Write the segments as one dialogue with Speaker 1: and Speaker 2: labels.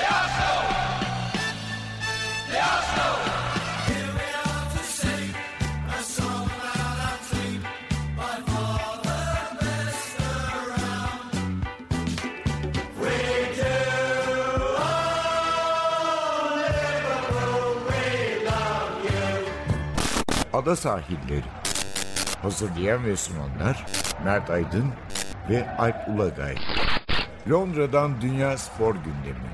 Speaker 1: Ada Sahilleri. Hazırlayan ve sunanlar Mert Aydın ve Alp Ulagay. Londra'dan Dünya Spor Gündemi.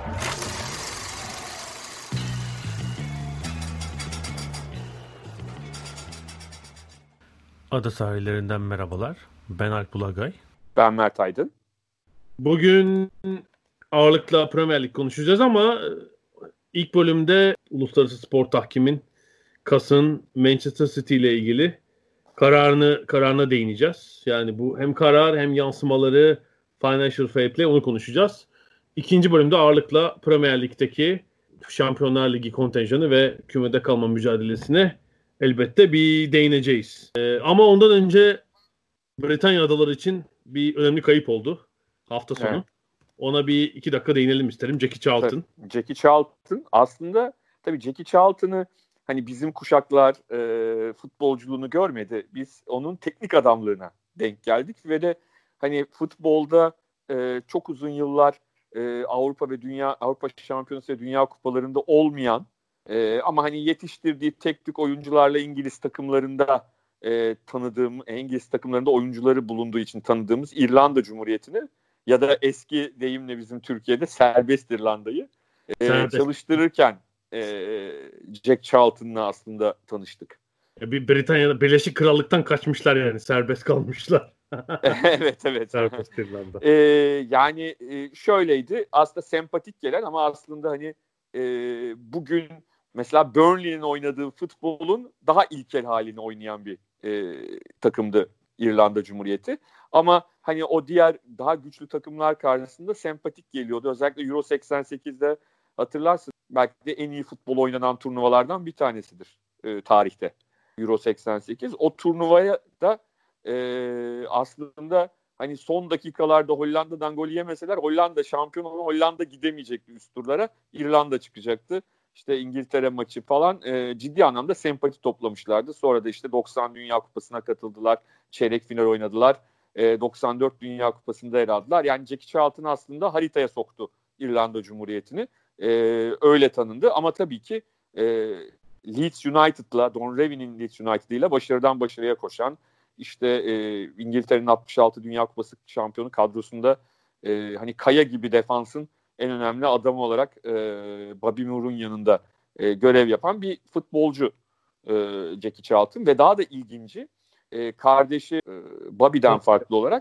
Speaker 2: Ada sahillerinden merhabalar. Ben Alp Ulagay.
Speaker 3: Ben Mert Aydın.
Speaker 2: Bugün ağırlıkla Premier Lig konuşacağız ama ilk bölümde Uluslararası Spor Tahkim'in Kas'ın Manchester City ile ilgili kararına değineceğiz. Yani bu hem karar hem yansımaları, Financial Fair Play, onu konuşacağız. İkinci bölümde ağırlıkla Premier Lig'deki Şampiyonlar Ligi kontenjanı ve kümede kalma mücadelesine elbette bir değineceğiz. Ama ondan önce Britanya Adaları için bir önemli kayıp oldu hafta sonu. Evet. Ona bir 2 dakika değinelim isterim. Jackie Charlton.
Speaker 3: Jackie Charlton aslında tabii Jackie Charlton'ı hani bizim kuşaklar futbolculuğunu görmedi. Biz onun teknik adamlığına denk geldik ve de hani futbolda çok uzun yıllar Avrupa Şampiyonası ve Dünya Kupalarında olmayan ama hani yetiştirdiği tek tük oyuncularla İngiliz takımlarında İngiliz takımlarında oyuncuları bulunduğu için tanıdığımız İrlanda Cumhuriyeti'ni ya da eski deyimle bizim Türkiye'de serbest İrlanda'yı çalıştırırken Jack Charlton'la aslında tanıştık.
Speaker 2: Bir Britanya'da Birleşik Krallık'tan kaçmışlar yani, serbest kalmışlar.
Speaker 3: Evet.
Speaker 2: Serbest İrlanda.
Speaker 3: Yani şöyleydi, aslında sempatik gelen ama aslında hani bugün mesela Burnley'nin oynadığı futbolun daha ilkel halini oynayan bir takımdı İrlanda Cumhuriyeti. Ama hani o diğer daha güçlü takımlar karşısında sempatik geliyordu. Özellikle Euro 88'de hatırlarsın, belki de en iyi futbol oynanan turnuvalardan bir tanesidir tarihte Euro 88. O turnuvaya da aslında hani son dakikalarda Hollanda'dan gol yemeseler Hollanda şampiyon olan, Hollanda gidemeyecekti üst turlara. İrlanda çıkacaktı. İşte İngiltere maçı falan ciddi anlamda sempati toplamışlardı. Sonra da işte 90 Dünya Kupası'na katıldılar. Çeyrek final oynadılar. 94 Dünya Kupası'nda yer aldılar. Yani Jackie Charlton aslında haritaya soktu İrlanda Cumhuriyeti'ni. Öyle tanındı. Ama tabii ki Leeds United'la, Don Revie'nin Leeds United'ıyla başarıdan başarıya koşan, işte İngiltere'nin 66 Dünya Kupası şampiyonu kadrosunda hani kaya gibi defansın en önemli adamı olarak Bobby Moore'un yanında görev yapan bir futbolcu Jackie Charlton. Ve daha da ilginci, kardeşi Bobby'den farklı olarak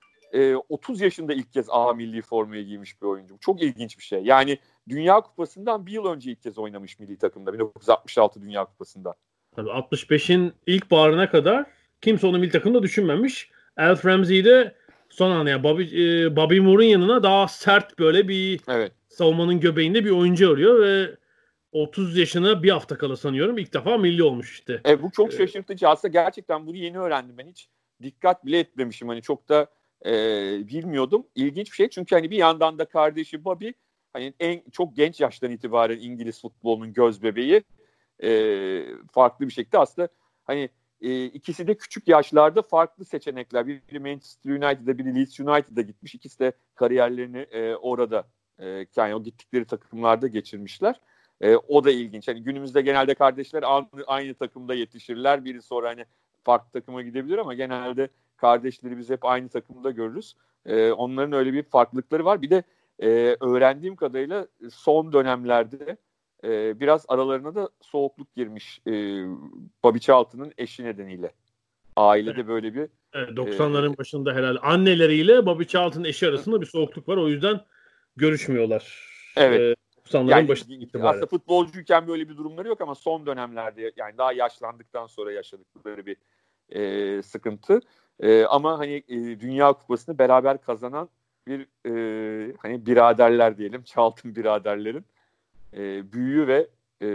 Speaker 3: 30 yaşında ilk kez A milli formayı giymiş bir oyuncu. Çok ilginç bir şey. Yani Dünya Kupası'ndan bir yıl önce ilk kez oynamış milli takımda. 1966 Dünya Kupası'nda.
Speaker 2: Tabii 65'in ilk baharına kadar kimse onu milli takımda düşünmemiş. Alf Ramsey de son an, yani Bobby Moore'un yanına daha sert, böyle bir savunmanın göbeğinde bir oyuncu arıyor ve 30 yaşına bir hafta kala sanıyorum ilk defa milli olmuş işte.
Speaker 3: Bu çok şaşırtıcı. Aslında gerçekten bunu yeni öğrendim. Ben hiç dikkat bile etmemişim. Hani çok da bilmiyordum. İlginç bir şey. Çünkü hani bir yandan da kardeşi Bobby hani çok genç yaştan itibaren İngiliz futbolunun göz bebeği. Farklı bir şekilde aslında hani ikisi de küçük yaşlarda farklı seçenekler. Biri Manchester United'a, biri Leeds United'a gitmiş. İkisi de kariyerlerini orada yani o gittikleri takımlarda geçirmişler. O da ilginç. Hani günümüzde genelde kardeşler aynı takımda yetişirler. Biri sonra hani farklı takıma gidebilir ama genelde kardeşleri biz hep aynı takımda görürüz. Onların öyle bir farklılıkları var. Bir de öğrendiğim kadarıyla son dönemlerde biraz aralarına da soğukluk girmiş Bobby Charlton'ın eşi nedeniyle. Ailede böyle bir
Speaker 2: 90'ların başında herhalde anneleriyle Bobby Charlton'ın eşi arasında bir soğukluk var. O yüzden görüşmüyorlar.
Speaker 3: Evet.
Speaker 2: 90'ların
Speaker 3: yani
Speaker 2: başında itibaren.
Speaker 3: Aslında futbolcuyken böyle bir durumları yok ama son dönemlerde, yani daha yaşlandıktan sonra yaşadıkları bir sıkıntı. Ama hani Dünya Kupası'nı beraber kazanan bir hani biraderler diyelim, Charlton biraderlerin büyüğü ve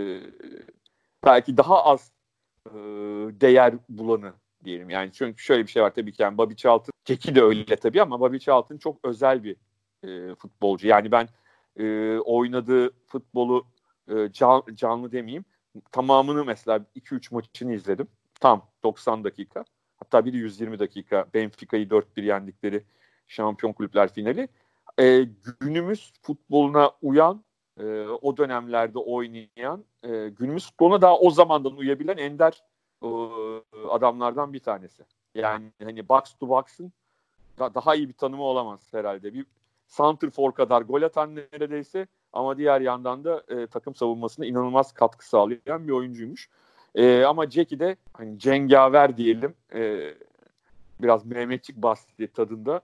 Speaker 3: belki daha az değer bulanı diyelim. Yani çünkü şöyle bir şey var tabii ki, yani Bobby Charlton, Jackie de öyle tabii ama Bobby Charlton çok özel bir futbolcu. Yani ben oynadığı futbolu canlı demeyeyim. Tamamını mesela 2-3 maçını izledim. Tam 90 dakika. Hatta biri 120 dakika. Benfica'yı 4-1 yendikleri Şampiyon Kulüpler finali. Günümüz futboluna uyan, o dönemlerde oynayan, günümüz futboluna daha o zamandan uyabilen ender adamlardan bir tanesi. Yani hani box to box'ın daha iyi bir tanımı olamaz herhalde. Bir santrfor kadar gol atan neredeyse, ama diğer yandan da takım savunmasına inanılmaz katkı sağlayan bir oyuncuymuş. Ama Jackie de hani cengaver diyelim, biraz Mehmetçik bahsi tadında,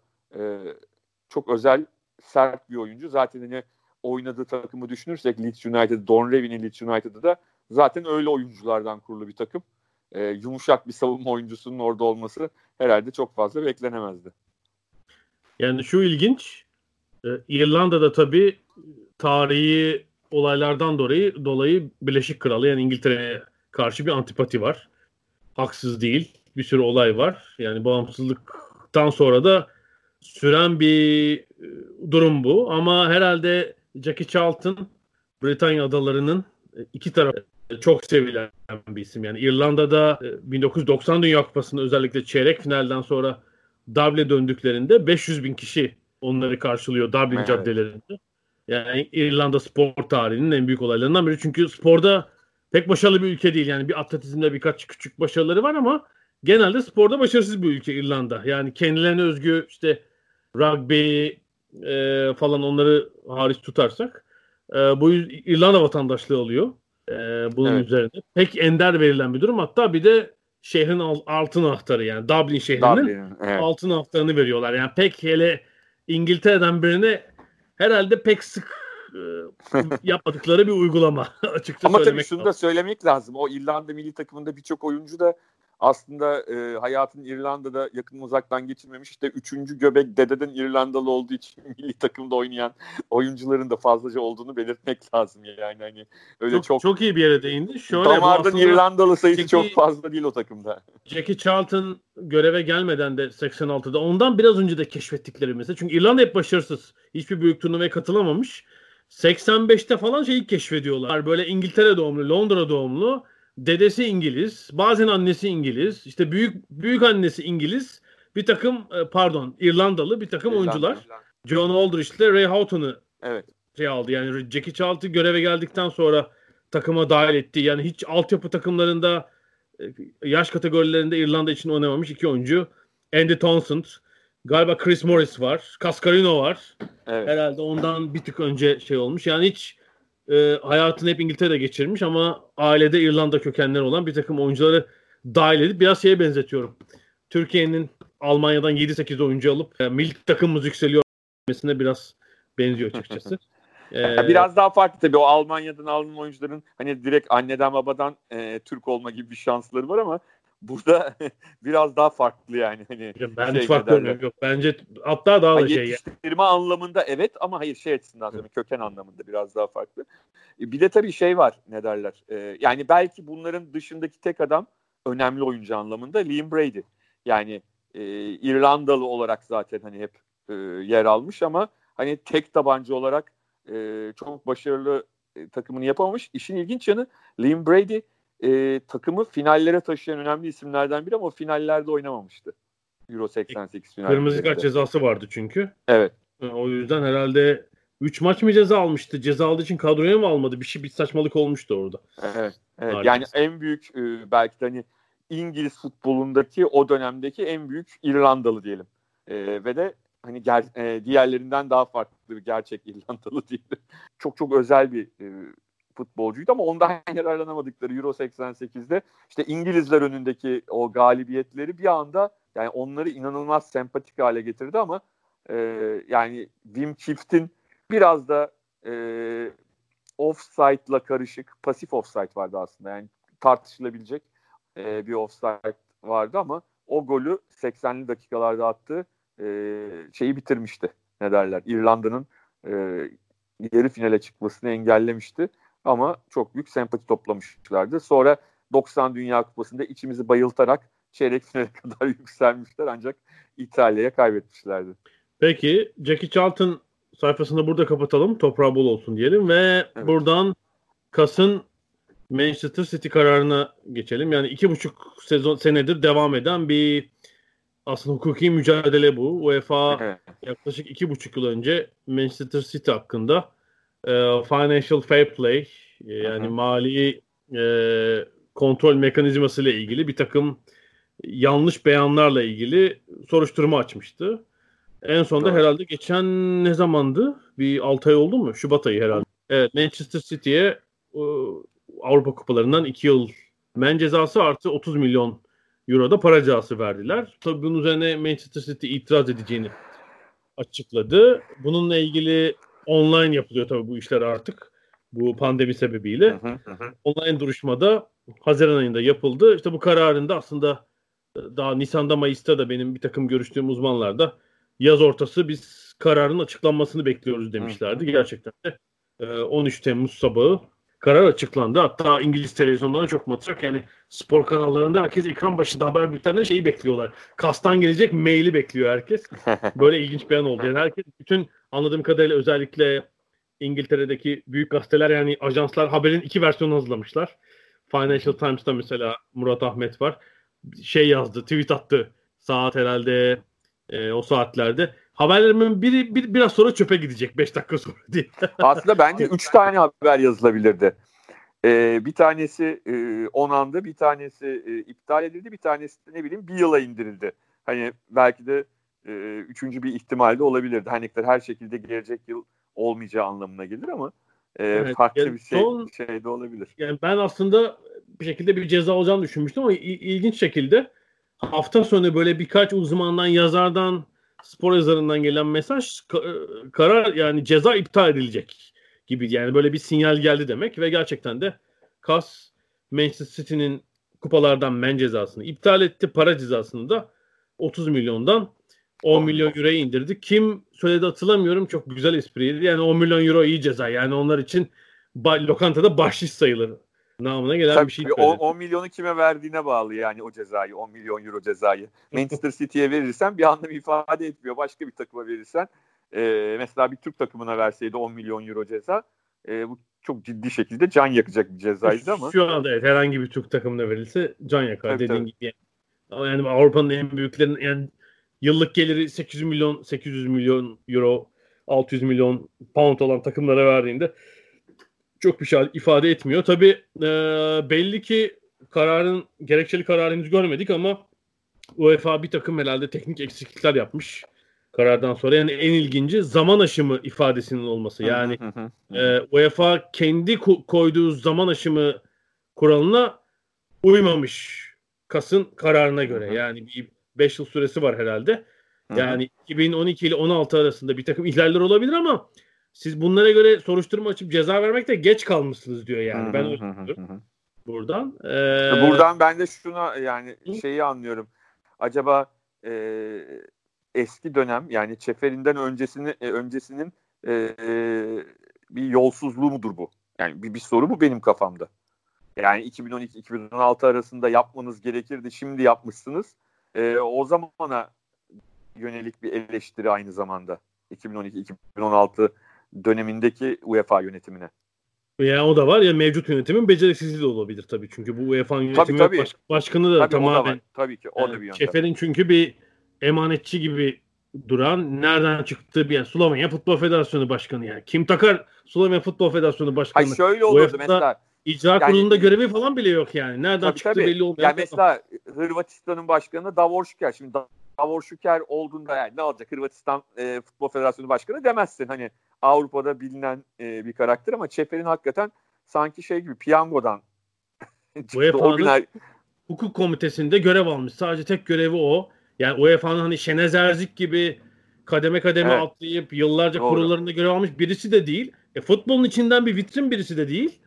Speaker 3: çok özel, sert bir oyuncu. Zaten hani oynadığı takımı düşünürsek Leeds United, Don Revie'nin Leeds United'ı da zaten öyle oyunculardan kurulu bir takım. Yumuşak bir savunma oyuncusunun orada olması herhalde çok fazla beklenemezdi.
Speaker 2: Yani şu ilginç, İrlanda'da tabii tarihi olaylardan dolayı Birleşik Krallığı, yani İngiltere'ye karşı bir antipati var. Haksız değil. Bir sürü olay var. Yani bağımsızlıktan sonra da süren bir durum bu. Ama herhalde Jackie Charlton, Britanya adalarının iki tarafı çok sevilen bir isim. Yani İrlanda'da 1990 Dünya Kupası'nda özellikle çeyrek finalden sonra Dublin'e döndüklerinde 500 bin kişi onları karşılıyor Dublin caddelerinde. Yani İrlanda spor tarihinin en büyük olaylarından biri. Çünkü sporda pek başarılı bir ülke değil. Yani bir atletizmde birkaç küçük başarıları var ama genelde sporda başarısız bir ülke İrlanda. Yani kendilerine özgü işte rugby falan, onları hariç tutarsak bu İrlanda vatandaşlığı oluyor. Bunun üzerine. Pek ender verilen bir durum. Hatta bir de şehrin altın anahtarı, yani Dublin şehrinin altın anahtarını veriyorlar. Yani pek, hele İngiltere'den birine herhalde pek sık yapmadıkları bir uygulama açıkça
Speaker 3: ama
Speaker 2: söylemek
Speaker 3: tabii şunu da söylemek lazım. O İrlanda milli takımında birçok oyuncu da aslında hayatını İrlanda'da yakın uzaktan geçirmemiş. İşte 3. göbek dededen İrlandalı olduğu için milli takımda oynayan oyuncuların da fazlaca olduğunu belirtmek lazım. Yani hani öyle
Speaker 2: çok iyi bir yere değindi. Şöyle,
Speaker 3: damardan İrlandalı sayısı çok fazla değil o takımda.
Speaker 2: Jackie Charlton göreve gelmeden de 86'da, ondan biraz önce de keşfettikleri mesela. Çünkü İrlanda hep başarısız. Hiçbir büyük turnuvaya katılamamış. 85'te falan şeyi keşfediyorlar. Böyle İngiltere doğumlu, Londra doğumlu. Dedesi İngiliz, bazen annesi İngiliz, işte büyük annesi İngiliz, bir takım İrlandalı bir takım oyuncular. John Aldridge ile Ray Houghton'ı aldı. Yani Jackie Charlton göreve geldikten sonra takıma dahil etti. Yani hiç altyapı takımlarında, yaş kategorilerinde İrlanda için oynamamış iki oyuncu. Andy Townsend, galiba Chris Morris var, Cascarino var. Herhalde ondan bir tık önce şey olmuş. Yani hiç hayatını hep İngiltere'de geçirmiş ama ailede İrlanda kökenleri olan bir takım oyuncuları dahil edip biraz şeye benzetiyorum. Türkiye'nin Almanya'dan 7-8 oyuncu alıp milli takımımız yükseliyor demesine biraz benziyor açıkçası.
Speaker 3: Biraz daha farklı tabii, o Almanya'dan alınan oyuncuların hani direkt anneden babadan Türk olma gibi bir şansları var ama burada biraz daha farklı yani. Hani
Speaker 2: ben hiç fark görmüyorum. Yok, bence hatta daha da
Speaker 3: yetiştirme anlamında evet, ama hayır açısından tabii, köken anlamında biraz daha farklı. Bir de tabii var, ne derler. Yani belki bunların dışındaki tek adam önemli oyuncu anlamında Liam Brady. Yani İrlandalı olarak zaten hani hep yer almış ama hani tek tabanca olarak çok başarılı takımını yapamamış. İşin ilginç yanı, Liam Brady takımı finallere taşıyan önemli isimlerden biri ama o finallerde oynamamıştı. Euro 88 finallerinde.
Speaker 2: Kırmızı kart cezası vardı çünkü.
Speaker 3: Evet.
Speaker 2: O yüzden herhalde 3 maç mı ceza almıştı? Ceza aldığı için kadroya mı almadı? Bir saçmalık olmuştu orada.
Speaker 3: Evet. Yani en büyük belki de hani İngiliz futbolundaki o dönemdeki en büyük İrlandalı diyelim. Ve de hani diğerlerinden daha farklı bir gerçek İrlandalı diyelim. Çok çok özel bir futbolcuydu ama ondan yararlanamadıkları Euro 88'de işte İngilizler önündeki o galibiyetleri bir anda yani onları inanılmaz sempatik hale getirdi ama yani Wim Kift'in biraz da offside'la karışık, pasif offside vardı aslında. Yani tartışılabilecek bir offside vardı ama o golü 80'li dakikalarda attığı şeyi bitirmişti. Ne derler? İrlanda'nın yarı finale çıkmasını engellemişti. Ama çok büyük sempati toplamışlardı. Sonra 90 Dünya Kupası'nda içimizi bayıltarak çeyrek finale kadar yükselmişler ancak İtalya'ya kaybetmişlerdi.
Speaker 2: Peki Jackie Charlton sayfasını burada kapatalım. Toprağı bol olsun diyelim ve buradan Kas'ın Manchester City kararına geçelim. Yani 2,5 senedir devam eden bir aslında hukuki mücadele bu. UEFA yaklaşık 2,5 yıl önce Manchester City hakkında financial fair play yani mali kontrol mekanizması ile ilgili bir takım yanlış beyanlarla ilgili soruşturma açmıştı. En sonunda herhalde geçen ne zamandı? Bir 6 ay oldu mu? Şubat ayı herhalde. Evet, Manchester City'ye Avrupa Kupalarından 2 yıl men cezası artı 30 milyon euro da para cezası verdiler. Tabii bunun üzerine Manchester City itiraz edeceğini açıkladı. Bununla ilgili online yapılıyor tabii bu işler artık. Bu pandemi sebebiyle. Online duruşmada Haziran ayında yapıldı. İşte bu kararında aslında daha Nisan'da Mayıs'ta da benim bir takım görüştüğüm uzmanlar da yaz ortası biz kararın açıklanmasını bekliyoruz demişlerdi. Gerçekten de 13 Temmuz sabahı karar açıklandı. Hatta İngiliz televizyonlarına çok matrak. Yani spor kanallarında herkes ekran başında haber bültenlerinde şeyi bekliyorlar. Kas'tan gelecek maili bekliyor herkes. Böyle ilginç bir an oldu. Yani herkes bütün anladığım kadarıyla özellikle İngiltere'deki büyük gazeteler yani ajanslar haberin 2 versiyonu hazırlamışlar. Financial Times'ta mesela Murat Ahmet var. Şey yazdı, tweet attı saat herhalde o saatlerde. Haberlerimin biri biraz sonra çöpe gidecek 5 dakika sonra diye.
Speaker 3: Aslında bence 3 tane haber yazılabilirdi. Bir tanesi onandı, bir tanesi iptal edildi, bir tanesi ne bileyim bir yıla indirildi. Hani belki de üçüncü bir ihtimal de olabilirdi. Hani her şekilde gelecek yıl olmayacağı anlamına gelir ama farklı yani bir şey de olabilir.
Speaker 2: Yani ben aslında bir şekilde bir ceza olacağını düşünmüştüm ama ilginç şekilde hafta sonu böyle birkaç uzmandan, yazardan, spor yazarından gelen mesaj karar yani ceza iptal edilecek gibi yani böyle bir sinyal geldi demek ve gerçekten de KAS Manchester City'nin kupalardan men cezasını iptal etti. Para cezasını da 30 milyondan 10 milyon euroya indirdi. Kim söyledi hatırlamıyorum. Çok güzel espriydi. Yani 10 milyon euro iyi ceza. Yani onlar için lokantada bahşiş sayılır. Namına gelen
Speaker 3: tabii,
Speaker 2: bir şey.
Speaker 3: 10 milyonu kime verdiğine bağlı yani o cezayı. 10 milyon euro cezayı. Manchester City'ye verirsen bir anlam ifade etmiyor. Başka bir takıma verirsen mesela bir Türk takımına verseydi 10 milyon euro ceza bu çok ciddi şekilde can yakacak bir cezaydı ama.
Speaker 2: Şu anda evet herhangi bir Türk takımına verilse can yakar tabii, dediğin gibi. Yani Avrupa'nın en büyüklerinin yani yıllık geliri 800 milyon euro, 600 milyon pound olan takımlara verdiğinde çok bir şey ifade etmiyor. Tabii belli ki gerekçeli kararı henüz görmedik ama UEFA bir takım herhalde teknik eksiklikler yapmış karardan sonra. Yani en ilginci zaman aşımı ifadesinin olması. Yani UEFA kendi koyduğu zaman aşımı kuralına uymamış KAS'ın kararına göre. Yani bir 5 yıl süresi var herhalde. Yani 2012 ile 16 arasında bir takım ihlaller olabilir ama siz bunlara göre soruşturma açıp ceza vermekte geç kalmışsınız diyor yani. Ben öyle diyorum. Buradan.
Speaker 3: Buradan ben de şuna yani şeyi anlıyorum. Acaba eski dönem yani Çeferi'nden öncesinin bir yolsuzluğu mudur bu? Yani bir soru bu benim kafamda. Yani 2012-2016 arasında yapmanız gerekirdi. Şimdi yapmışsınız. O zamana yönelik bir eleştiri aynı zamanda. 2012-2016 dönemindeki UEFA yönetimine.
Speaker 2: Yani o da var ya mevcut yönetimin beceriksizliği de olabilir tabii. Çünkü bu UEFA'nın yönetimi
Speaker 3: tabii.
Speaker 2: Başkanı da
Speaker 3: tabii,
Speaker 2: tamamen
Speaker 3: tabii ki o da bir yöntem.
Speaker 2: Şefer'in çünkü bir emanetçi gibi duran nereden çıktığı bir yani Slovenya Futbol Federasyonu Başkanı yani. Kim takar Slovenya Futbol Federasyonu Başkanı?
Speaker 3: Hayır şöyle olurdu mesela.
Speaker 2: İcra kurulunda görevi falan bile yok yani. Nereden çıktı belli olmuyor.
Speaker 3: Yani mesela Hırvatistan'ın başkanı Davor Šuker. Şimdi Davor Šuker olduğunda yani ne olacak? Hırvatistan Futbol Federasyonu Başkanı demezsin. Hani Avrupa'da bilinen bir karakter ama Çefer'in hakikaten sanki şey gibi piyangodan
Speaker 2: UEFA'nın hukuk komitesinde görev almış. Sadece tek görevi o. Yani UEFA'nın hani Şenez Erzik gibi kademe atlayıp yıllarca kurullarında görev almış birisi de değil. Futbolun içinden bir vitrin birisi de değil.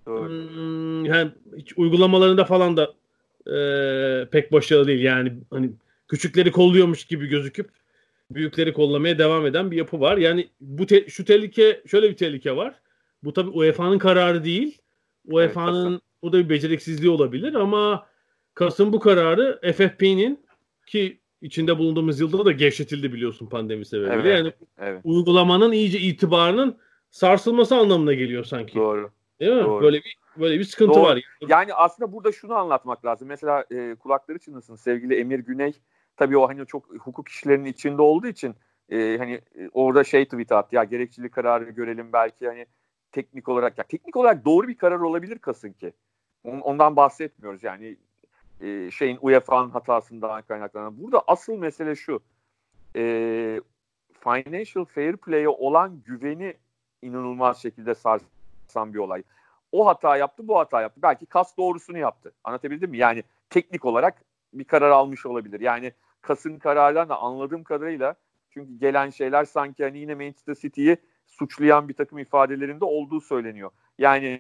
Speaker 2: Yani hiç uygulamalarında falan da pek başarılı değil. Yani hani küçükleri kolluyormuş gibi gözüküp büyükleri kollamaya devam eden bir yapı var. Yani şu tehlike, şöyle bir tehlike var. Bu tabii UEFA'nın kararı değil. UEFA'nın bu da bir beceriksizliği olabilir ama KAS'ın bu kararı FFP'nin ki içinde bulunduğumuz yılda da gevşetildi biliyorsun pandemi sebebiyle.
Speaker 3: Evet,
Speaker 2: yani uygulamanın iyice itibarının sarsılması anlamına geliyor sanki.
Speaker 3: Doğru.
Speaker 2: Değil mi?
Speaker 3: Doğru.
Speaker 2: Böyle bir sıkıntı
Speaker 3: Doğru.
Speaker 2: var.
Speaker 3: Yani aslında burada şunu anlatmak lazım. Mesela kulakları çınlasın sevgili Emir Güney. Tabii o hani çok hukuk işlerinin içinde olduğu için hani orada tweet attı. Ya gerekçeli kararı görelim belki hani teknik olarak doğru bir karar olabilir Kasınki. Ondan bahsetmiyoruz yani UEFA'nın hatasından kaynaklanan. Burada asıl mesele şu. Financial fair play'e olan güveni inanılmaz şekilde sarsan bir olay. O hata yaptı, bu hata yaptı. Belki KAS doğrusunu yaptı. Anlatabildim mi? Yani teknik olarak bir karar almış olabilir. Yani KAS'ın kararından da anladığım kadarıyla çünkü gelen şeyler sanki hani yine Manchester City'yi suçlayan bir takım ifadelerinde olduğu söyleniyor. Yani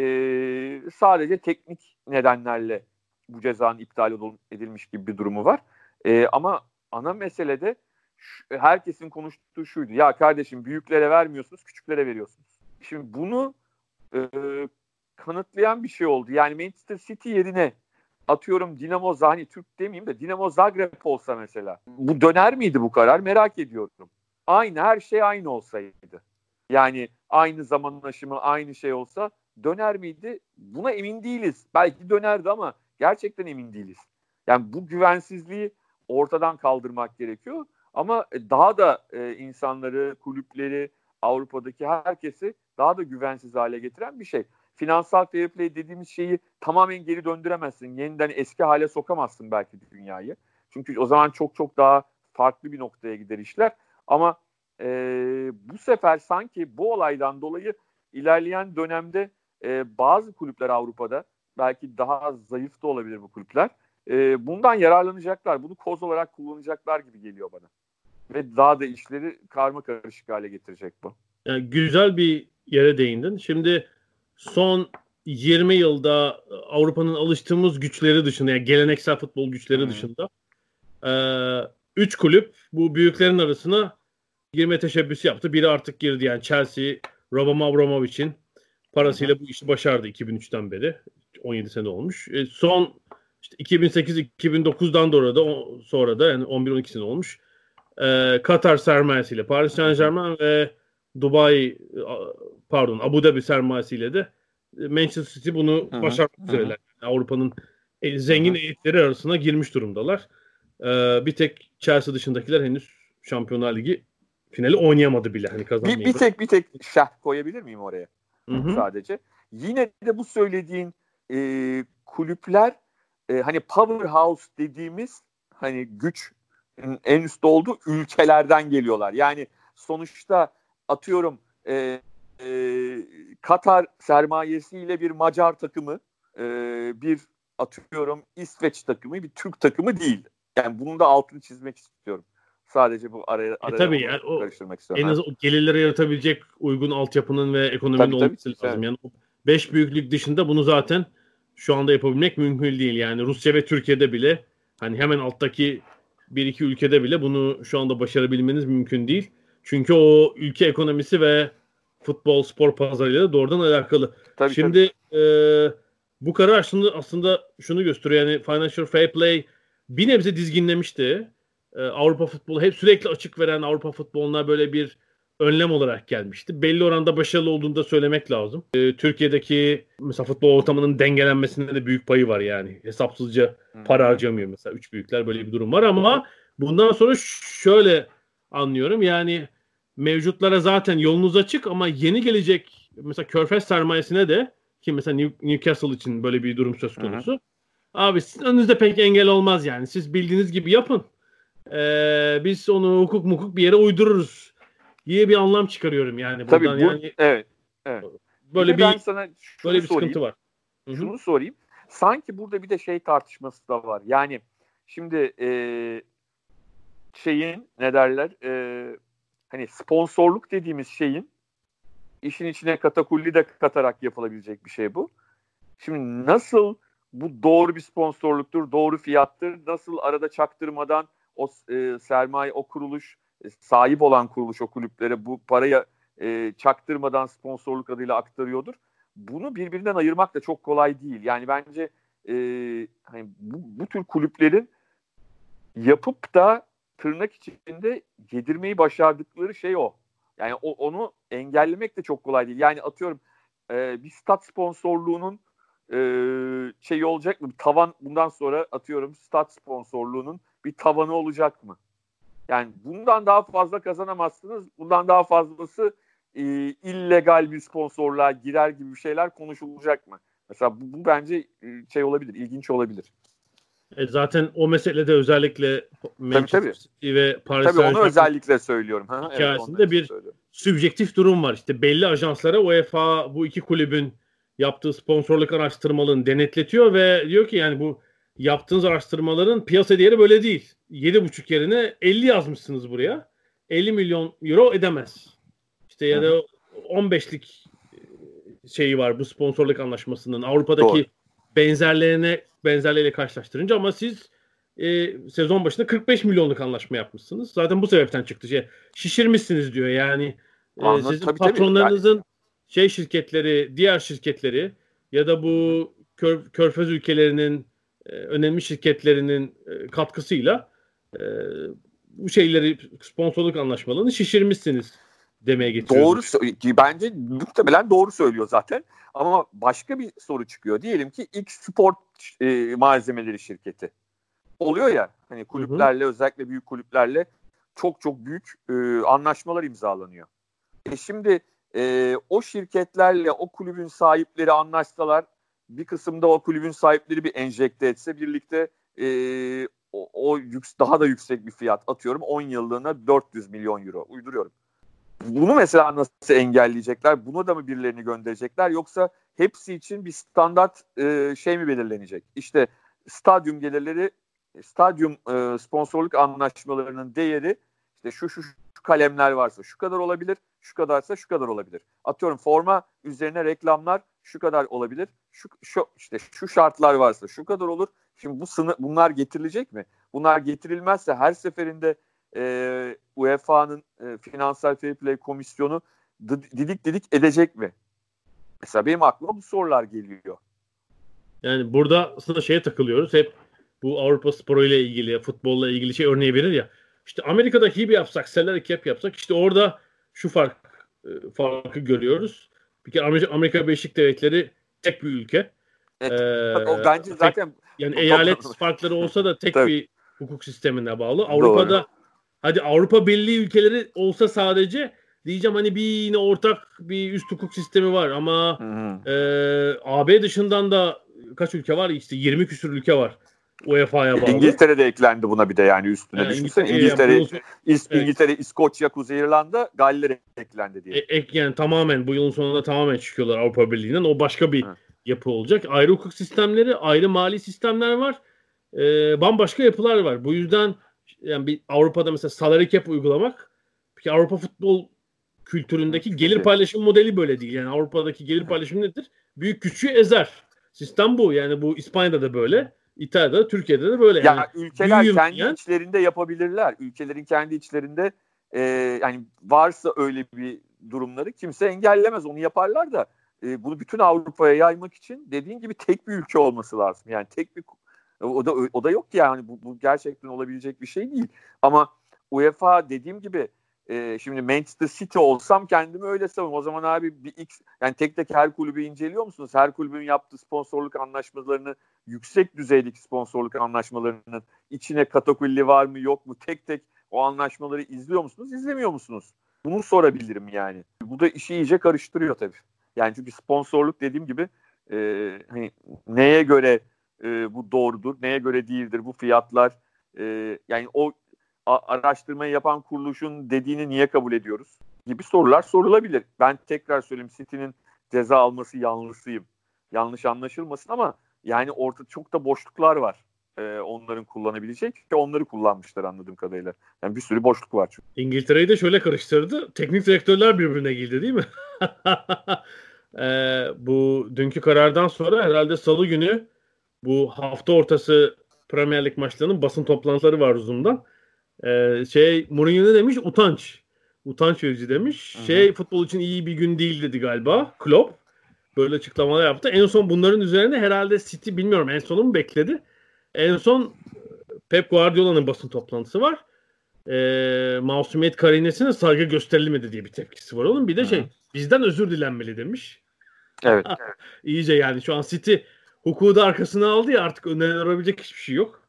Speaker 3: sadece teknik nedenlerle bu cezanın iptal edilmiş gibi bir durumu var. Ama ana meselede herkesin konuştuğu şuydu. Ya kardeşim büyüklere vermiyorsunuz, küçüklere veriyorsunuz. Şimdi bunu kanıtlayan bir şey oldu. Yani Manchester City yerine atıyorum Dinamo Zagreb, Türk demeyeyim de Dinamo Zagreb olsa mesela. Bu döner miydi bu karar? Merak ediyorum. Her şey aynı olsaydı. Yani aynı zaman aşımı, aynı şey olsa döner miydi? Buna emin değiliz. Belki dönerdi ama gerçekten emin değiliz. Yani bu güvensizliği ortadan kaldırmak gerekiyor. Ama daha da insanları, kulüpleri, Avrupa'daki herkesi daha da güvensiz hale getiren bir şey. Finansal fair play dediğimiz şeyi tamamen geri döndüremezsin. Yeniden eski hale sokamazsın belki dünyayı. Çünkü o zaman çok çok daha farklı bir noktaya gider işler. Ama bu sefer sanki bu olaydan dolayı ilerleyen dönemde bazı kulüpler Avrupa'da belki daha zayıf da olabilir bu kulüpler. Bundan yararlanacaklar. Bunu koz olarak kullanacaklar gibi geliyor bana. Ve daha da işleri karmakarışık hale getirecek bu.
Speaker 2: Yani güzel bir yere değindin. Şimdi son 20 yılda Avrupa'nın alıştığımız güçleri dışında, yani geleneksel futbol güçleri dışında 3 kulüp bu büyüklerin arasına girme teşebbüsü yaptı. Biri artık girdi, yani Chelsea, Roman Abramovich'in parasıyla bu işi başardı 2003'ten beri. 17 sene olmuş. Son işte 2008-2009'dan sonra da yani 11-12 sene olmuş. Katar sermayesiyle Paris Saint-Germain ve Abu Dhabi sermayesiyle de Manchester City bunu başarmak üzereler. Yani Avrupa'nın zengin heyetleri arasına girmiş durumdalar. Bir tek Chelsea dışındakiler henüz Şampiyonlar Ligi finali oynayamadı bile. Hani kazanmayı.
Speaker 3: Bir tek şerh koyabilir miyim oraya? Sadece. Yine de bu söylediğin kulüpler hani powerhouse dediğimiz hani güç en üstte olduğu ülkelerden geliyorlar. Yani sonuçta atıyorum Katar sermayesiyle bir Macar takımı, bir atıyorum İsveç takımı, bir Türk takımı değil. Yani bunun da altını çizmek istiyorum. Sadece bu araya
Speaker 2: tabii yani
Speaker 3: karıştırmak istiyorum.
Speaker 2: En az o gelirlere yaratabilecek uygun altyapının ve ekonominin olması lazım. Evet. Yani 5 büyüklük dışında bunu zaten şu anda yapabilmek mümkün değil. Yani Rusya ve Türkiye'de bile hani hemen alttaki 1-2 ülkede bile bunu şu anda başarabilmeniz mümkün değil. Çünkü o ülke ekonomisi ve futbol, spor pazarıyla da doğrudan alakalı.
Speaker 3: Tabii,
Speaker 2: şimdi bu karar aslında şunu gösteriyor. Yani Financial Fair Play bir nebze dizginlemişti. Avrupa futbolu hep sürekli açık veren Avrupa futboluna böyle bir önlem olarak gelmişti. Belli oranda başarılı olduğunu da söylemek lazım. Türkiye'deki mesela futbol ortamının dengelenmesinde de büyük payı var yani. Hesapsızca para harcamıyor mesela. Üç büyükler, böyle bir durum var ama bundan sonra şöyle anlıyorum. Yani mevcutlara zaten yolunuz açık ama yeni gelecek mesela Körfez sermayesine de, ki mesela Newcastle için böyle bir durum söz konusu. Abi sizin önünüzde pek engel olmaz yani. Siz bildiğiniz gibi yapın. Biz onu hukuk bir yere uydururuz diye bir anlam çıkarıyorum yani buradan.
Speaker 3: Tabii
Speaker 2: yani
Speaker 3: evet.
Speaker 2: Böyle
Speaker 3: ben sana
Speaker 2: böyle bir sıkıntı var.
Speaker 3: Şunu sorayım. Sanki burada bir de tartışması da var. Yani şimdi ne derler? Hani sponsorluk dediğimiz şeyin işin içine katakulli de katarak yapılabilecek bir şey bu. Şimdi nasıl bu doğru bir sponsorluktur, doğru fiyattır, nasıl arada çaktırmadan o sermaye, o kuruluş, sahip olan kuruluş o kulüplere bu parayı çaktırmadan sponsorluk adıyla aktarıyordur. Bunu birbirinden ayırmak da çok kolay değil. Yani bence hani bu tür kulüplerin yapıp da tırnak içinde yedirmeyi başardıkları şey o. Yani onu engellemek de çok kolay değil. Yani atıyorum bir stat sponsorluğunun şeyi olacak mı? Tavan, bundan sonra atıyorum stat sponsorluğunun bir tavanı olacak mı? Yani bundan daha fazla kazanamazsınız. Bundan daha fazlası illegal bir sponsorluğa girer gibi bir şeyler konuşulacak mı? Mesela bu bence şey olabilir, ilginç olabilir.
Speaker 2: Zaten o meselede özellikle Manchester City ve Paris Saint-Germain
Speaker 3: onu özellikle söylüyorum.
Speaker 2: Hikayesinde
Speaker 3: evet,
Speaker 2: bir sübjektif durum var. İşte belli ajanslara UEFA bu iki kulübün yaptığı sponsorluk araştırmalarını denetletiyor ve diyor ki yani bu yaptığınız araştırmaların piyasa değeri böyle değil. 7,5 yerine 50 yazmışsınız buraya. 50 milyon euro edemez. İşte ya da 15'lik şeyi var bu sponsorluk anlaşmasının Avrupa'daki benzerleriyle karşılaştırınca, ama siz sezon başında 45 milyonluk anlaşma yapmışsınız. Zaten bu sebepten çıktı. Şişirmişsiniz diyor. Yani sizin patronlarınızın şirketleri, diğer şirketleri ya da bu Körfez ülkelerinin önemli şirketlerinin katkısıyla bu şeyleri, sponsorluk anlaşmalarını şişirmişsiniz demeye getiriyoruz.
Speaker 3: Bence muhtemelen doğru söylüyor zaten. Ama başka bir soru çıkıyor. Diyelim ki X sport malzemeleri şirketi. Oluyor ya hani kulüplerle, özellikle büyük kulüplerle çok çok büyük anlaşmalar imzalanıyor. Şimdi o şirketlerle o kulübün sahipleri anlaşsalar, bir kısımda o kulübün sahipleri bir enjekte etse birlikte daha da yüksek bir fiyat, atıyorum 10 yıllığına 400 milyon euro uyduruyorum. Bunu mesela nasıl engelleyecekler? Buna da mı birilerini gönderecekler? Yoksa hepsi için bir standart şey mi belirlenecek? İşte stadyum gelirleri, stadyum sponsorluk anlaşmalarının değeri işte şu kalemler varsa şu kadar olabilir, şu kadarsa şu kadar olabilir. Atıyorum forma üzerine reklamlar şu kadar olabilir. Şu şartlar varsa şu kadar olur. Şimdi bunlar getirilecek mi? Bunlar getirilmezse her seferinde UEFA'nın finansal fair play komisyonu didik edecek mi? Mesela benim aklıma bu sorular geliyor.
Speaker 2: Yani burada aslında şeye takılıyoruz. Hep bu Avrupa sporu ile ilgili, futbolla ilgili örneği verir ya. İşte Amerika'da hibe yapsak, salary cap yapsak, işte orada şu farkı görüyoruz. Bir kere Amerika Birleşik Devletleri tek bir ülke.
Speaker 3: O bence zaten
Speaker 2: yani eyalet farkları olsa da tek bir hukuk sistemine bağlı. Avrupa'da hadi Avrupa Birliği ülkeleri olsa sadece diyeceğim hani yine ortak bir üst hukuk sistemi var ama AB dışından da kaç ülke var? İşte 20 küsur ülke var UEFA'ya bağlı.
Speaker 3: İngiltere de eklendi buna bir de, yani üstüne düşünsene. İngiltere, İskoçya, Kuzey İrlanda, Galler eklendi diye.
Speaker 2: Yani tamamen bu yılın sonunda tamamen çıkıyorlar Avrupa Birliği'nden. O başka bir yapı olacak. Ayrı hukuk sistemleri, ayrı mali sistemler var. Bambaşka yapılar var. Bu yüzden yani bir Avrupa'da mesela salary cap uygulamak, peki Avrupa futbol kültüründeki gelir paylaşım modeli böyle değil. Yani Avrupa'daki gelir paylaşımı nedir? Büyük küçüğü ezer. Sistem bu. Yani bu İspanya'da da böyle, İtalya'da da, Türkiye'de de böyle.
Speaker 3: Yani ülkeler kendi içlerinde yapabilirler. Ülkelerin kendi içlerinde yani varsa öyle bir durumları kimse engellemez. Onu yaparlar da bunu bütün Avrupa'ya yaymak için dediğin gibi tek bir ülke olması lazım. Yani tek bir o da yok ki yani bu gerçekten olabilecek bir şey değil. Ama UEFA dediğim gibi şimdi Manchester City olsam kendimi öyle savunurum. O zaman abi yani tek her kulübü inceliyor musunuz? Her kulübün yaptığı sponsorluk anlaşmalarını, yüksek düzeydeki sponsorluk anlaşmalarının içine katakulli var mı yok mu? Tek o anlaşmaları izliyor musunuz? İzlemiyor musunuz? Bunu sorabilirim yani. Bu da işi iyice karıştırıyor tabii. Yani çünkü sponsorluk dediğim gibi hani neye göre bu doğrudur, neye göre değildir bu fiyatlar, yani o araştırmayı yapan kuruluşun dediğini niye kabul ediyoruz gibi sorular sorulabilir. Ben tekrar söyleyeyim, City'nin ceza alması yanlısıyım. Yanlış anlaşılmasın ama yani ortada çok da boşluklar var. Onların kullanabilecek ki onları kullanmışlar anladığım kadarıyla. Yani bir sürü boşluk var çünkü.
Speaker 2: İngiltere'yi de şöyle karıştırdı. Teknik direktörler birbirine girdi değil mi? Bu dünkü karardan sonra herhalde salı günü bu hafta ortası Premier Lig maçlarının basın toplantıları var Zoom'dan. Mourinho ne demiş? Utanç verici demiş. Futbol için iyi bir gün değil dedi galiba. Klopp böyle açıklamalar yaptı. En son bunların üzerine herhalde City, bilmiyorum en sonu mu bekledi? En son Pep Guardiola'nın basın toplantısı var. Masumiyet karinesine saygı gösterilmedi diye bir tepkisi var onun. Bir de bizden özür dilenmeli demiş.
Speaker 3: Evet.
Speaker 2: İyice yani şu an City hukuku da arkasına aldı ya, artık önlenebilecek hiçbir şey yok.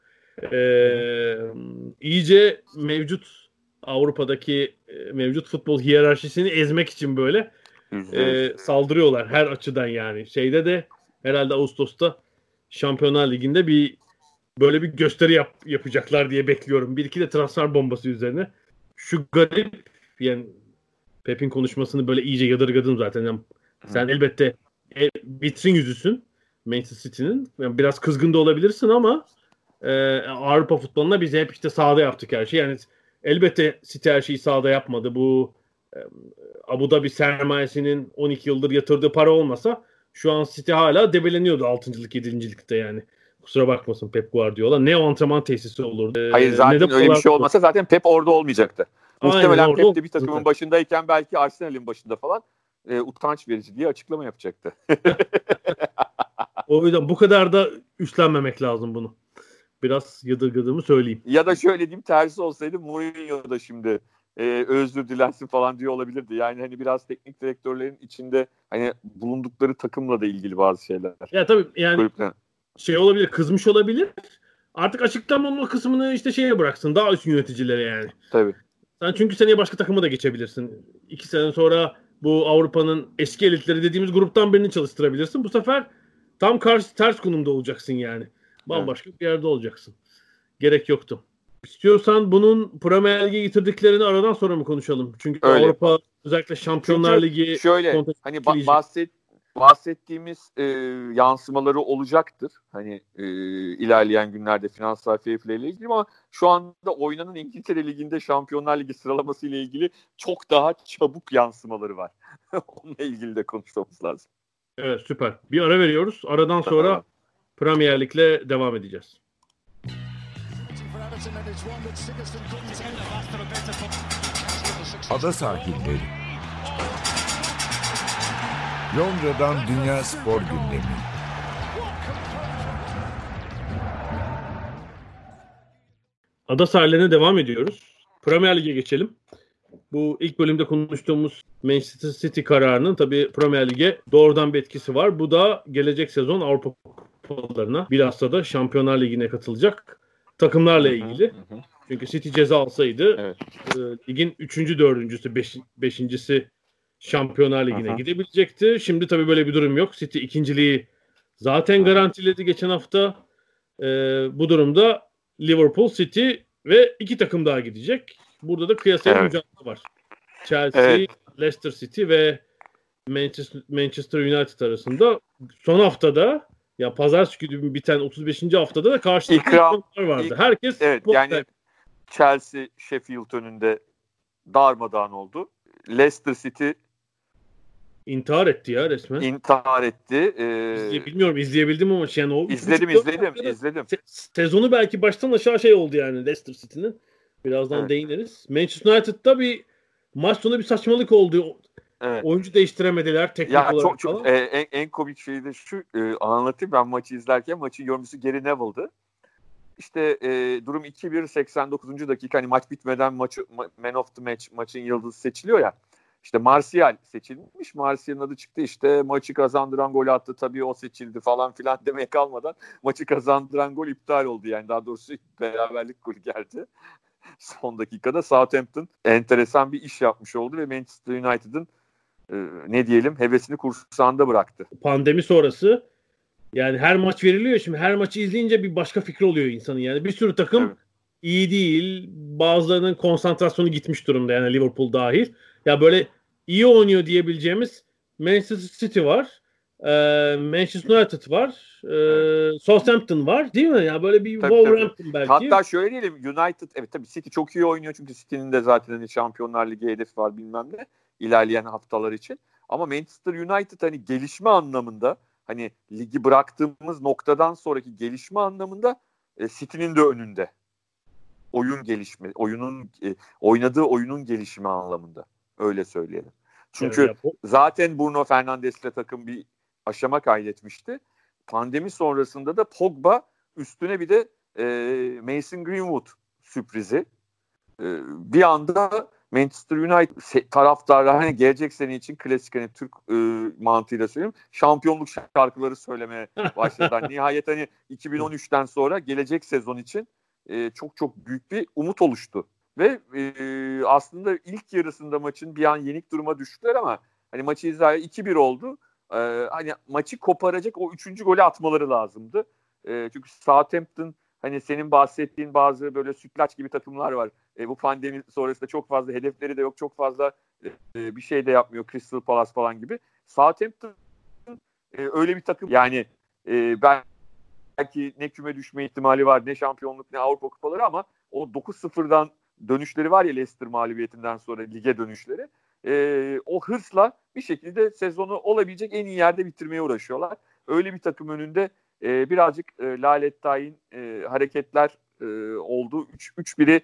Speaker 2: İyice Avrupa'daki mevcut futbol hiyerarşisini ezmek için böyle saldırıyorlar her açıdan yani. Şeyde de herhalde Ağustos'ta Şampiyonlar Ligi'nde böyle bir gösteri yapacaklar diye bekliyorum. Bir iki de transfer bombası üzerine. Şu garip yani, Pep'in konuşmasını böyle iyice yadırgadım zaten. Yani sen elbette vitrin yüzüsün Manchester City'nin. Yani biraz kızgın da olabilirsin ama Avrupa futboluna biz hep işte sahada yaptık her şeyi. Yani elbette City her şeyi sahada yapmadı. Bu Abu Dhabi sermayesinin 12 yıldır yatırdığı para olmasa şu an City hala debeleniyordu 6. 7. ligde yani. Kusura bakmasın Pep Guardiola. Ne o antrenman tesisi olurdu.
Speaker 3: Hayır zaten öyle bir şey olmasa zaten Pep orada olmayacaktı. Muhtemelen Pep de bir takımın başındayken belki Arsenal'in başında falan utanç verici diye açıklama yapacaktı.
Speaker 2: O yüzden bu kadar da üstlenmemek lazım bunu. Biraz yadırgadığımı söyleyeyim.
Speaker 3: Ya da şöyle diyeyim, tersi olsaydı Mourinho da şimdi özür dilensin falan diye olabilirdi. Yani hani biraz teknik direktörlerin içinde hani bulundukları takımla da ilgili bazı şeyler.
Speaker 2: Ya tabii yani olabilir, kızmış olabilir. Artık açıklama kısmını işte şeye bıraksın. Daha üst yöneticilere yani.
Speaker 3: Tabii.
Speaker 2: Sen çünkü seneye başka takıma da geçebilirsin. 2 sene sonra bu Avrupa'nın eski elitleri dediğimiz gruptan birini çalıştırabilirsin. Bu sefer tam ters konumda olacaksın yani. Bambaşka bir yerde olacaksın. Gerek yoktu. İstiyorsan bunun Premier Lig'e getirdiklerini aradan sonra mı konuşalım? Çünkü öyle. Avrupa özellikle Şampiyonlar Ligi
Speaker 3: şöyle hani bahsettiğimiz yansımaları olacaktır. Hani ilerleyen günlerde finansal fair play ile ilgili, ama şu anda oynanan İngiltere Ligi'nde Şampiyonlar Ligi sıralaması ile ilgili çok daha çabuk yansımaları var. Onunla ilgili de konuşmamız lazım.
Speaker 2: Evet, süper. Bir ara veriyoruz. Aradan sonra Premier Lig'le devam edeceğiz.
Speaker 1: Ada sahilleri. Londra'dan Dünya Spor Gündemi.
Speaker 2: Ada sahillerine devam ediyoruz. Premier Lig'e geçelim. Bu ilk bölümde konuştuğumuz Manchester City kararının tabii Premier Lig'e doğrudan bir etkisi var. Bu da gelecek sezon Avrupa kupalarına, bilhassa da Şampiyonlar Ligi'ne katılacak takımlarla ilgili. Çünkü City ceza alsaydı ligin 3. 4.'sü 5.'si Şampiyonlar Ligi'ne gidebilecekti. Şimdi tabii böyle bir durum yok. City ikinciliği zaten garantiledi geçen hafta. Bu durumda Liverpool, City ve 2 takım daha gidecek. Burada da kıyasaya mücadele var. Chelsea, Leicester City ve Manchester United arasında. Son haftada, ya pazartesi günü biten 35. haftada da karşılıklı ikramlar vardı. Herkes
Speaker 3: yani Chelsea Sheffield önünde darmadağın oldu. Leicester City
Speaker 2: intihar etti ya resmen.
Speaker 3: İntihar etti.
Speaker 2: Bilmiyorum izleyebildim ama yani o
Speaker 3: izledim.
Speaker 2: Sezonu belki baştan aşağı oldu yani Leicester City'nin. Birazdan değiniriz. Manchester United'da bir maç sonu bir saçmalık oldu. Oyuncu değiştiremediler teknik olarak falan.
Speaker 3: En komik şey de şu, anlatayım, ben maçı izlerken maçın yorumcusu Gary Neville'dı. İşte durum 2-1, 89. dakika, hani maç bitmeden Man of the Match, maçın yıldızı seçiliyor ya. İşte Martial seçilmiş. Martial'ın adı çıktı, işte maçı kazandıran golü attı, tabii o seçildi falan filan demeye kalmadan maçı kazandıran gol iptal oldu. Yani daha doğrusu beraberlik golü geldi. Son dakikada Southampton enteresan bir iş yapmış oldu ve Manchester United'ın ne diyelim hevesini kursağında bıraktı.
Speaker 2: Pandemi sonrası yani her maç veriliyor. Şimdi her maçı izleyince bir başka fikri oluyor insanın. Yani bir sürü takım iyi değil. Bazılarının konsantrasyonu gitmiş durumda, yani Liverpool dahil. Ya böyle iyi oynuyor diyebileceğimiz Manchester City var. Manchester United var. Southampton var, değil mi? Ya böyle bir Wolverhampton belki.
Speaker 3: Hatta şöyle diyelim, United, evet tabii City çok iyi oynuyor çünkü City'nin de zaten hani Şampiyonlar Ligi hedefi var bilmem ne ilerleyen haftalar için. Ama Manchester United hani gelişme anlamında, hani ligi bıraktığımız noktadan sonraki gelişme anlamında City'nin de önünde. Oyun gelişme, oynadığı oyunun gelişimi anlamında. Öyle söyleyelim. Çünkü zaten Bruno Fernandes'le takım bir aşama kaydetmişti. Pandemi sonrasında da Pogba üstüne bir de Mason Greenwood sürprizi. Bir anda Manchester United taraftarı hani gelecek sene için klasik hani Türk mantığıyla söyleyeyim şampiyonluk şarkıları söylemeye başladılar. Nihayet hani 2013'ten sonra gelecek sezon için çok çok büyük bir umut oluştu. Ve aslında ilk yarısında maçın bir an yenik duruma düştüler ama hani maçı izleye 2-1 oldu. Hani maçı koparacak o 3. golü atmaları lazımdı. Çünkü Southampton hani senin bahsettiğin bazı böyle sütlaç gibi takımlar var. Bu pandemi sonrasında çok fazla hedefleri de yok. Çok fazla bir şey de yapmıyor. Crystal Palace falan gibi. Southampton öyle bir takım. Yani belki ne küme düşme ihtimali var, ne şampiyonluk, ne Avrupa kupaları ama o 9-0'dan dönüşleri var ya Leicester mağlubiyetinden sonra lige dönüşleri. O hırsla bir şekilde sezonu olabilecek en iyi yerde bitirmeye uğraşıyorlar. Öyle bir takım önünde birazcık lalettayin hareketler oldu. 3-1'i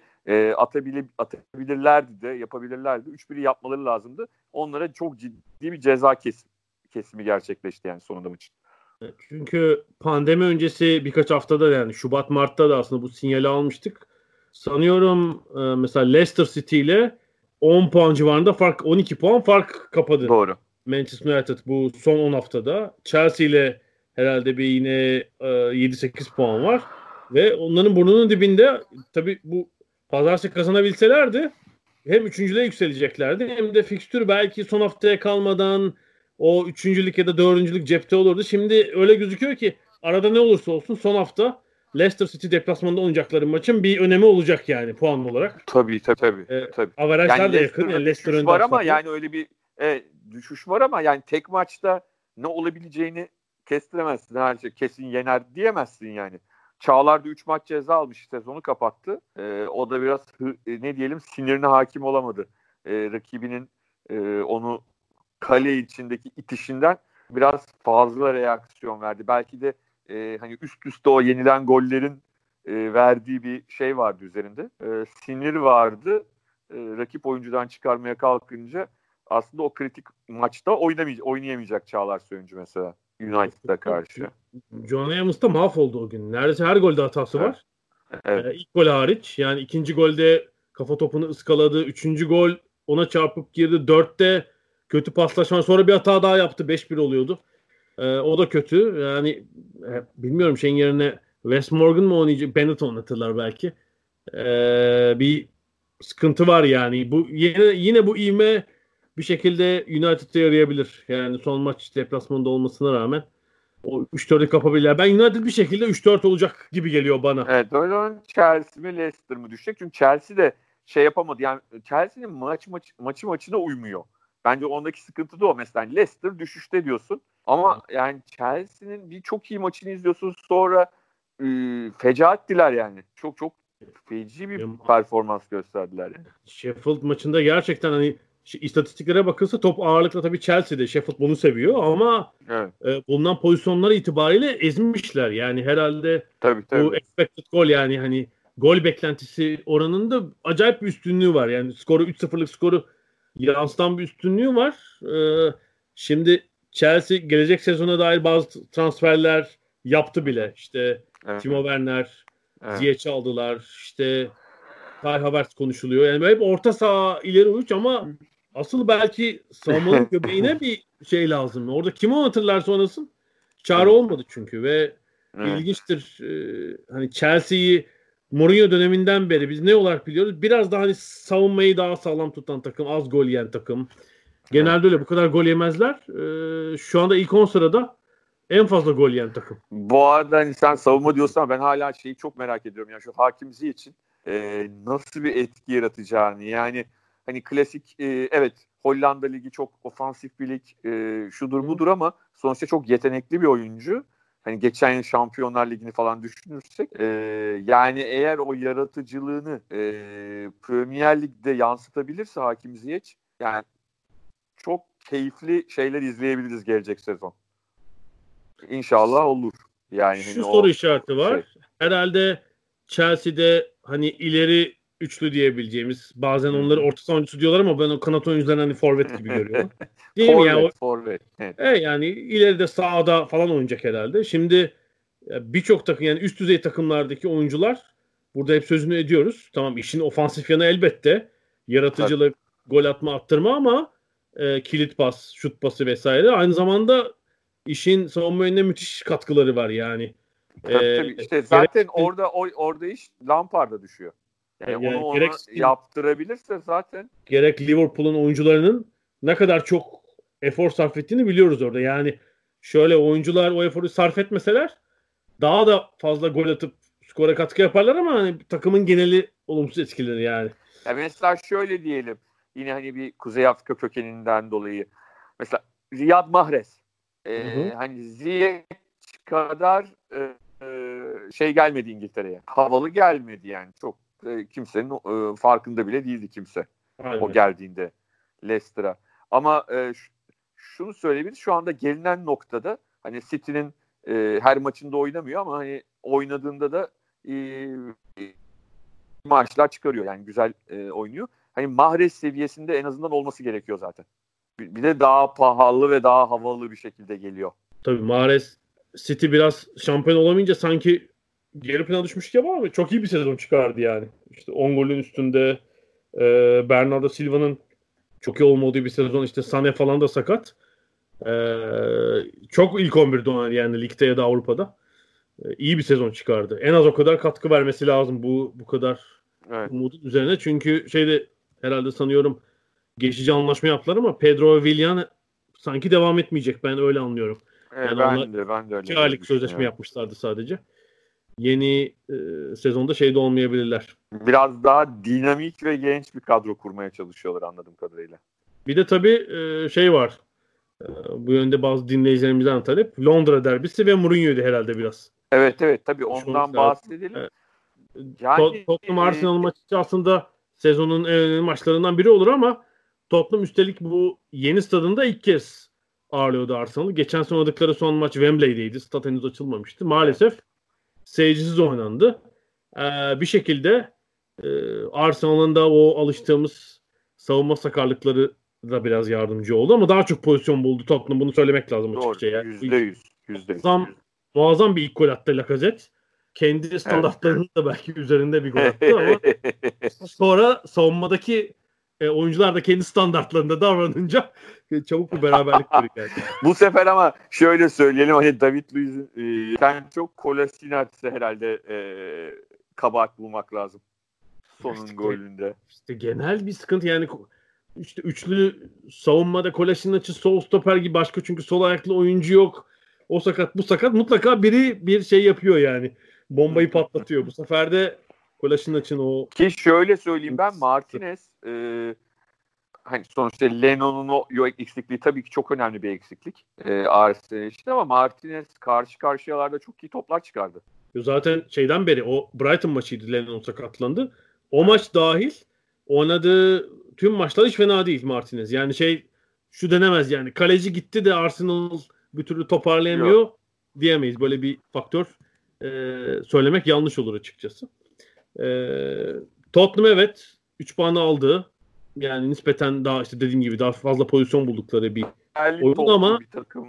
Speaker 3: atabilirlerdi de yapabilirlerdi. 3-1'i yapmaları lazımdı. Onlara çok ciddi bir ceza kesimi gerçekleşti yani sonunda maçın.
Speaker 2: Çünkü pandemi öncesi birkaç haftada yani Şubat Mart'ta da aslında bu sinyali almıştık. Sanıyorum mesela Leicester City ile 10 puan civarında fark 12 puan fark kapadı.
Speaker 3: Doğru.
Speaker 2: Manchester United bu son 10 haftada. Chelsea ile herhalde bir yine 7-8 puan var. Ve onların burnunun dibinde tabii bu pazartesi kazanabilselerdi hem üçüncülüğe yükseleceklerdi hem de fikstür belki son haftaya kalmadan o üçüncülük ya da dördüncülük cepte olurdu. Şimdi öyle gözüküyor ki arada ne olursa olsun son hafta Leicester City deplasmanında oynayacakları maçın bir önemi olacak yani puan olarak.
Speaker 3: Tabii.
Speaker 2: Averajlar
Speaker 3: yani
Speaker 2: da yakın. Yani Leicester
Speaker 3: düşüş var ama yani öyle bir düşüş var ama yani tek maçta ne olabileceğini kestiremezsin. Her şey kesin yener diyemezsin yani. Çağlar da 3 maç ceza almış. Sezonu kapattı. O da biraz ne diyelim sinirine hakim olamadı. Rakibinin onu kale içindeki itişinden biraz fazla reaksiyon verdi. Belki de hani üst üste o yenilen gollerin verdiği bir şey vardı üzerinde. Sinir vardı. Rakip oyuncudan çıkarmaya kalkınca aslında o kritik maçta oynayamayacak Çağlar Söyüncü mesela United'a karşı.
Speaker 2: John Evans da mahvoldu o gün. Neredeyse her golde hatası var.
Speaker 3: Evet.
Speaker 2: İlk gol hariç. Yani ikinci golde kafa topunu ıskaladı. Üçüncü gol ona çarpıp girdi. 4'te kötü paslaşma. Sonra bir hata daha yaptı. 5-1 oluyordu. O da kötü. Yani bilmiyorum şeyin yerine Wes Morgan mı oynayacak? Bennett oynatırlar belki. Bir sıkıntı var yani. Bu yine bu ivme bir şekilde United'da yarayabilir. Yani son maç deplasmanda olmasına rağmen o 3-4'ü kapabilirler. Ben United bir şekilde 3-4 olacak gibi geliyor bana.
Speaker 3: Evet, öyle Chelsea mi Leicester mı düşecek? Çünkü Chelsea de şey yapamadı. Yani Chelsea'nin maçına uymuyor. Bence ondaki sıkıntı da o mesela. Leicester düşüşte diyorsun. Ama yani Chelsea'nin bir çok iyi maçını izliyorsun sonra fecaattiler yani. Çok çok feci bir performans gösterdiler yani.
Speaker 2: Sheffield maçında gerçekten hani istatistiklere bakılsa top ağırlıkla tabii Chelsea'de Sheffield bunu seviyor ama
Speaker 3: evet.
Speaker 2: Bulunan pozisyonları itibariyle ezmişler. Yani herhalde
Speaker 3: tabii.
Speaker 2: bu expected goal yani hani gol beklentisi oranında acayip bir üstünlüğü var. Yani skoru 3-0'lık skoru yansıtan bir üstünlüğü var. Şimdi Chelsea gelecek sezona dair bazı transferler yaptı bile. İşte
Speaker 3: evet.
Speaker 2: Timo Werner, Ziyech'i aldılar. İşte Kai Havertz konuşuluyor. Yani hep orta saha ileri uç ama asıl belki savunmanın göbeğine bir şey lazım. Orada kimi oynatırlarsa oynasın çare olmadı çünkü ve ilginçtir. Hani Chelsea'yi Mourinho döneminden beri biz ne olarak biliyoruz? Biraz daha hani savunmayı daha sağlam tutan takım, az gol yiyen takım. Genelde öyle bu kadar gol yemezler. Şu anda ilk 10 sırada en fazla gol yiyen takım.
Speaker 3: Bu arada hani sen savunma diyorsan ben hala şeyi çok merak ediyorum. Yani şu Hakim Ziyech için nasıl bir etki yaratacağını. Yani hani klasik evet Hollanda Ligi çok ofansif bir lig şudur budur ama sonuçta çok yetenekli bir oyuncu. Hani geçen yıl Şampiyonlar Ligi'ni falan düşünürsek yani eğer o yaratıcılığını Premier Lig'de yansıtabilirse Hakim Ziyech yani çok keyifli şeyler izleyebiliriz gelecek sezon. İnşallah olur. Yani
Speaker 2: şu hani soru işareti var. Şey. Herhalde Chelsea'de hani ileri üçlü diyebileceğimiz bazen onları orta saha oyuncusu diyorlar ama ben o kanat oyuncularını hani forvet gibi görüyorum. Değil mi? Yani
Speaker 3: forvet.
Speaker 2: Yani ileride sağda falan oynayacak herhalde. Şimdi birçok takım yani üst düzey takımlardaki oyuncular burada hep sözünü ediyoruz. Tamam işin ofansif yanı elbette. Yaratıcılık, gol atma, attırma ama kilit pas, şut pası vesaire. Aynı zamanda işin savunma yönüne müthiş katkıları var yani.
Speaker 3: Tabii. İşte zaten orada iş Lampard'a düşüyor. Yani onu yaptırabilirse zaten.
Speaker 2: Gerek Liverpool'un oyuncularının ne kadar çok efor sarf ettiğini biliyoruz orada. Yani şöyle oyuncular o eforu sarf etmeseler daha da fazla gol atıp skora katkı yaparlar ama hani takımın geneli olumsuz etkilenir yani.
Speaker 3: Ya mesela şöyle diyelim. Yine hani bir Kuzey Afrika kökeninden dolayı. Mesela Riyad Mahrez. Hani Ziyech kadar gelmedi İngiltere'ye. Havalı gelmedi yani. Çok kimsenin farkında bile değildi kimse. Aynen. O geldiğinde Leicester'a. Ama şunu söyleyebiliriz. Şu anda gelinen noktada hani City'nin her maçında oynamıyor ama hani oynadığında da maçlar çıkarıyor. Yani güzel oynuyor. Hani Mahrez seviyesinde en azından olması gerekiyor zaten. Bir de daha pahalı ve daha havalı bir şekilde geliyor.
Speaker 2: Tabii Mahrez City biraz şampiyon olamayınca sanki geri plana düşmüş gibi ama çok iyi bir sezon çıkardı yani. İşte 10 golün üstünde Bernardo Silva'nın çok iyi olmadığı bir sezon. İşte Sané falan da sakat. Çok ilk 11'de oynadı yani ligde ya da Avrupa'da. İyi bir sezon çıkardı. En az o kadar katkı vermesi lazım bu kadar umudun üzerine. Çünkü herhalde sanıyorum geçici anlaşma yaptılar ama Pedro Villan sanki devam etmeyecek. Ben öyle anlıyorum.
Speaker 3: Yani ben de öyle.
Speaker 2: 2 aylık sözleşme yapmışlardı sadece. Yeni sezonda olmayabilirler.
Speaker 3: Biraz daha dinamik ve genç bir kadro kurmaya çalışıyorlar anladığım kadarıyla.
Speaker 2: Bir de tabii var. Bu yönde bazı dinleyicilerimizden talep. Londra derbisi ve Mourinho'ydu herhalde biraz.
Speaker 3: Evet tabii ondan bahsedelim.
Speaker 2: Yani Tottenham Arsenal maçı aslında sezonun en önemli maçlarından biri olur ama Tottenham üstelik bu yeni stadında ilk kez ağırlıyordu Arsenal'ı. Geçen sene oynadıkları son maç Wembley'deydi. Stad henüz açılmamıştı. Maalesef seyircisiz oynandı. Bir şekilde Arsenal'ın da o alıştığımız savunma sakarlıkları da biraz yardımcı oldu ama daha çok pozisyon buldu Tottenham. Bunu söylemek lazım açıkça.
Speaker 3: Yani. %100.
Speaker 2: Muazzam bir ilk gol attı Lacazette. Kendi standartlarının da belki üzerinde bir gol attı ama sonra savunmadaki oyuncular da kendi standartlarında davranınca çabuk bir beraberlik geldi.
Speaker 3: Bu sefer ama şöyle söyleyelim hani David Luiz'in sen çok Kolasinacs'e herhalde kabahat bulmak lazım. Sonun golünde.
Speaker 2: İşte genel bir sıkıntı yani işte üçlü savunmada Kolasinac sol stoper gibi başka çünkü sol ayaklı oyuncu yok. O sakat bu sakat mutlaka biri bir şey yapıyor yani. Bombayı patlatıyor. Bu sefer de Kolasinac'ın o...
Speaker 3: Ki şöyle söyleyeyim ben Martinez hani sonuçta Lennon'un o eksikliği tabii ki çok önemli bir eksiklik. Arsenal için ama Martinez karşı karşıyalarda çok iyi toplar çıkardı.
Speaker 2: Zaten beri o Brighton maçıydı Lennon sakatlandı. O maç dahil oynadığı tüm maçlar hiç fena değil Martinez. Yani şu denemez yani kaleci gitti de Arsenal bir türlü toparlayamıyor diyemeyiz. Böyle bir faktör söylemek yanlış olur açıkçası. Tottenham 3 puanı aldı. Yani nispeten daha işte dediğim gibi daha fazla pozisyon buldukları bir oyun ama
Speaker 3: bir takım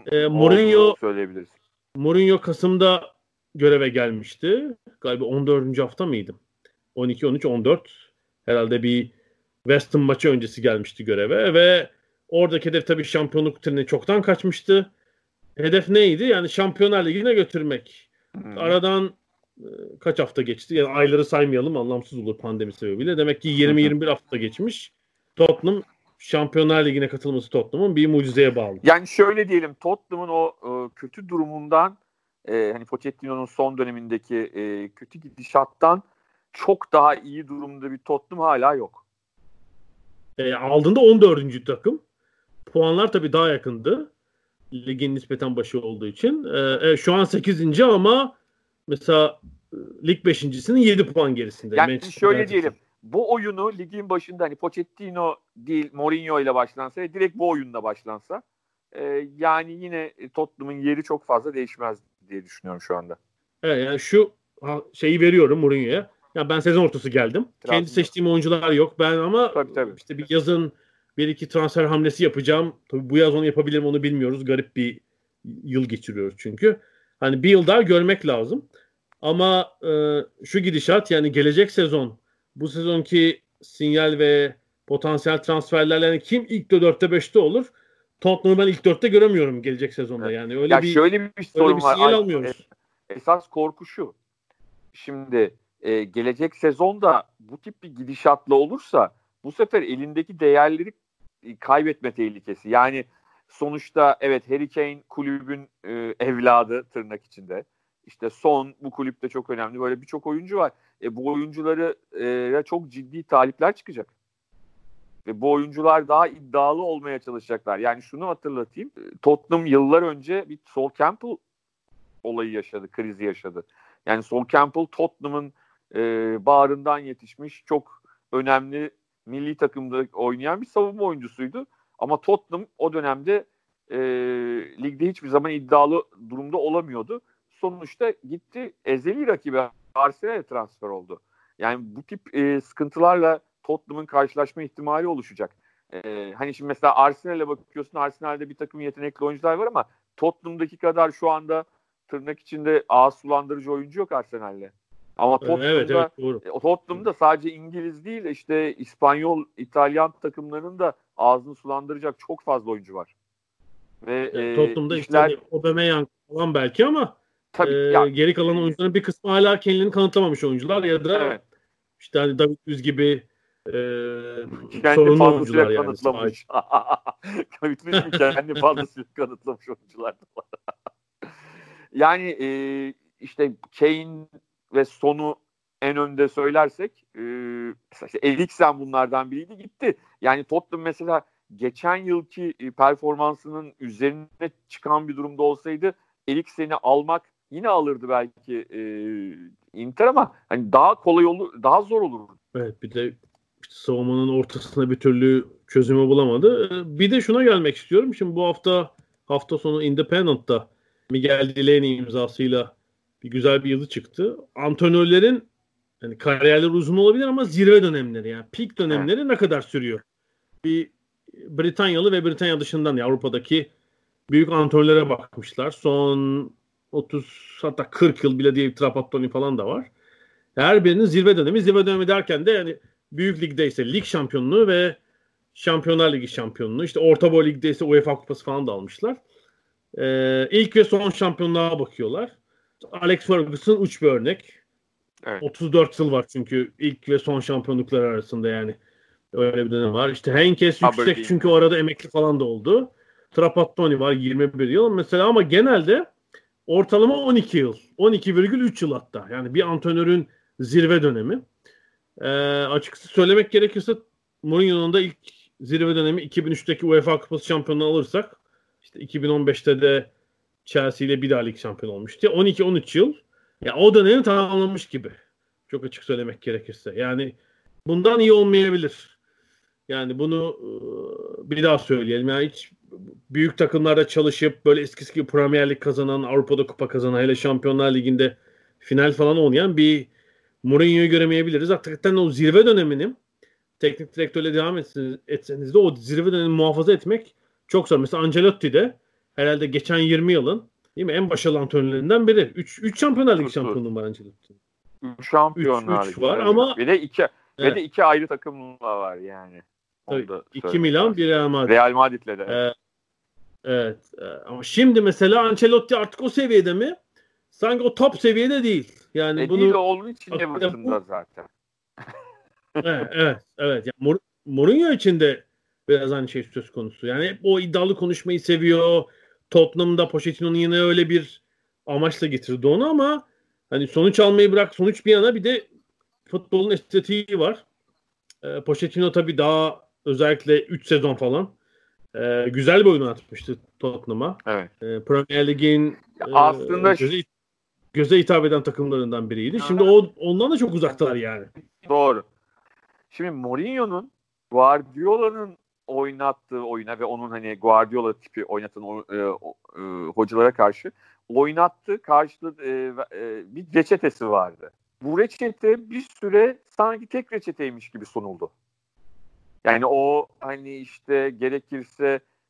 Speaker 2: Mourinho Kasım'da göreve gelmişti. Galiba 14. hafta mıydı? 12, 13, 14. Herhalde bir West Ham maçı öncesi gelmişti göreve ve oradaki hedef tabii şampiyonluk treni çoktan kaçmıştı. Hedef neydi? Yani Şampiyonlar Ligi'ne götürmek. Aradan kaç hafta geçti? Yani ayları saymayalım anlamsız olur pandemi sebebiyle. Demek ki 20-21 hafta geçmiş. Tottenham Şampiyonlar Ligi'ne katılması Tottenham'ın bir mucizeye bağlı.
Speaker 3: Yani şöyle diyelim Tottenham'ın o kötü durumundan hani Pochettino'nun son dönemindeki kötü gidişattan çok daha iyi durumda bir Tottenham hala yok.
Speaker 2: Aldığında 14. takım. Puanlar tabii daha yakındı. Ligin nispeten başı olduğu için. Şu an 8. ama mesela lig 5.'sinin 7 puan gerisinde.
Speaker 3: Yani şöyle diyelim. Bu oyunu ligin başında hani Pochettino değil Mourinho ile başlansa direkt bu oyunla başlansa yani yine Tottenham'ın yeri çok fazla değişmez diye düşünüyorum şu anda.
Speaker 2: Evet yani şu şeyi veriyorum Mourinho'ya. Ya ben sezon ortası geldim. Kendi seçtiğim oyuncular yok. Ben ama
Speaker 3: tabii.
Speaker 2: işte bir yazın bir iki transfer hamlesi yapacağım. Tabii bu yaz onu yapabilirim onu bilmiyoruz. Garip bir yıl geçiriyoruz çünkü. Hani bir yıl daha görmek lazım. Ama şu gidişat, yani gelecek sezon, bu sezonki sinyal ve potansiyel transferlerle yani kim ilk 4'te 5'te olur? Tottenham'ı ben ilk 4'te göremiyorum gelecek sezonda. Yani
Speaker 3: Ya şöyle bir sorun var.
Speaker 2: sinyal almıyoruz.
Speaker 3: Esas korku şu. Şimdi gelecek sezonda bu tip bir gidişatla olursa bu sefer elindeki değerleri kaybetme tehlikesi. Yani sonuçta evet, Harry Kane kulübün evladı tırnak içinde. İşte Son bu kulüpte çok önemli. Böyle birçok oyuncu var. Bu oyunculara çok ciddi talipler çıkacak. Ve bu oyuncular daha iddialı olmaya çalışacaklar. Yani şunu hatırlatayım. Tottenham yıllar önce bir Sol Campbell olayı yaşadı, krizi yaşadı. Yani Sol Campbell Tottenham'ın bağrından yetişmiş, çok önemli milli takımda oynayan bir savunma oyuncusuydu. Ama Tottenham o dönemde ligde hiçbir zaman iddialı durumda olamıyordu. Sonuçta gitti, ezeli rakibi Arsenal'e transfer oldu. Yani bu tip sıkıntılarla Tottenham'ın karşılaşma ihtimali oluşacak. Hani şimdi mesela Arsenal'e bakıyorsun, Arsenal'de bir takım yetenekli oyuncular var ama Tottenham'daki kadar şu anda tırnak içinde ağız sulandırıcı oyuncu yok Arsenal'le. Ama Tottenham'da,
Speaker 2: doğru.
Speaker 3: Tottenham'da sadece İngiliz değil, işte İspanyol, İtalyan takımlarının da ağzını sulandıracak çok fazla oyuncu var. Ve
Speaker 2: Tottenham'da işler... işte Aubameyang falan belki ama geri kalan oyuncuların bir kısmı hala kendilerini kanıtlamamış oyuncular ya da işte hani David Luiz gibi sorunlu oyuncular yani.
Speaker 3: Kanıtlamış. David Luiz mi kendi fazlasıyla kanıtlamış oyuncular da var. Yani işte Kane ve Son'u en önde söylersek işte Eriksen bunlardan biriydi, gitti. Yani Tottenham mesela geçen yılki performansının üzerine çıkan bir durumda olsaydı Eriksen'i almak yine alırdı belki Inter, ama hani daha kolay olur, daha zor olurdu.
Speaker 2: Evet, bir de işte savunmanın ortasına bir türlü çözümü bulamadı. Bir de şuna gelmek istiyorum. Şimdi bu hafta sonu Independent'ta Miguel Delaney imzasıyla bir güzel bir yazı çıktı. Antrenörlerin yani kariyerleri uzun olabilir ama zirve dönemleri, yani peak dönemleri ne kadar sürüyor? Bir Britanyalı ve Britanya dışından Avrupa'daki büyük antrenörlere bakmışlar. Son 30 hatta 40 yıl bile diye Trapattoni falan da var. Her birinin zirve dönemi derken de yani büyük ligde ise lig şampiyonluğu ve Şampiyonlar Ligi şampiyonluğu, işte Orta Boy Lig'de ise UEFA Kupası falan da almışlar. İlk ve son şampiyonluğa bakıyorlar. Alex Ferguson uç bir örnek. Evet. 34 yıl var çünkü ilk ve son şampiyonluklar arasında, yani öyle bir dönem var. İşte Henkes yüksek çünkü o arada emekli falan da oldu. Trapattoni var 21 yıl mesela, ama genelde ortalama 12 yıl. 12,3 yıl hatta. Yani bir antrenörün zirve dönemi. Açıkçası söylemek gerekirse Mourinho'nun da ilk zirve dönemi 2003'teki UEFA Kupası şampiyonluğu alırsak, işte 2015'te de Chelsea ile bir daha lig şampiyonu olmuştu. 12-13 yıl. Ya o dönemi tamamlamış gibi. Çok açık söylemek gerekirse. Yani bundan iyi olmayabilir. Yani bunu bir daha söyleyelim. Yani hiç büyük takımlarda çalışıp böyle eskisi gibi Premier Lig kazanan, Avrupa'da kupa kazanan, hele Şampiyonlar Ligi'nde final falan oynayan bir Mourinho'yu göremeyebiliriz. Hakikaten o zirve döneminin teknik direktörle devam etseniz de o zirve dönemini muhafaza etmek çok zor. Mesela Ancelotti de herhalde geçen 20 yılın değil mi en başarılı antrenörlerinden biri. 3 Şampiyonlar Ligi şampiyonluğu var Ancelotti'nin.
Speaker 3: 3 Şampiyonlar Ligi var ama ve de iki ayrı takımla var yani.
Speaker 2: 2 Milan, bir Real Madrid.
Speaker 3: Real Madrid'le de.
Speaker 2: Evet. Ama şimdi mesela Ancelotti artık o seviyede mi? Sanki o top seviyede değil. Yani bunu
Speaker 3: değil, olduğu için Everton'da zaten.
Speaker 2: evet. Yani Mourinho için de biraz aynı şey söz konusu. Yani hep o iddialı konuşmayı seviyor. Tottenham'da Pochettino'nun yine öyle bir amaçla getirdi onu, ama hani sonuç almayı bırak, sonuç bir yana, bir de futbolun estetiği var. Pochettino tabii daha özellikle 3 sezon falan güzel bir oyun atmıştı Tottenham'a.
Speaker 3: Evet.
Speaker 2: Premier Lig'in
Speaker 3: aslında
Speaker 2: göze hitap eden takımlarından biriydi. Şimdi ondan da çok uzaktalar yani.
Speaker 3: Doğru. Şimdi Mourinho'nun Guardiola'nın oynattığı oyuna ve onun hani Guardiola tipi oynatan hocalara karşı oynattığı karşılığı bir reçetesi vardı. Bu reçete bir süre sanki tek reçeteymiş gibi sunuldu. Yani o hani işte gerekirse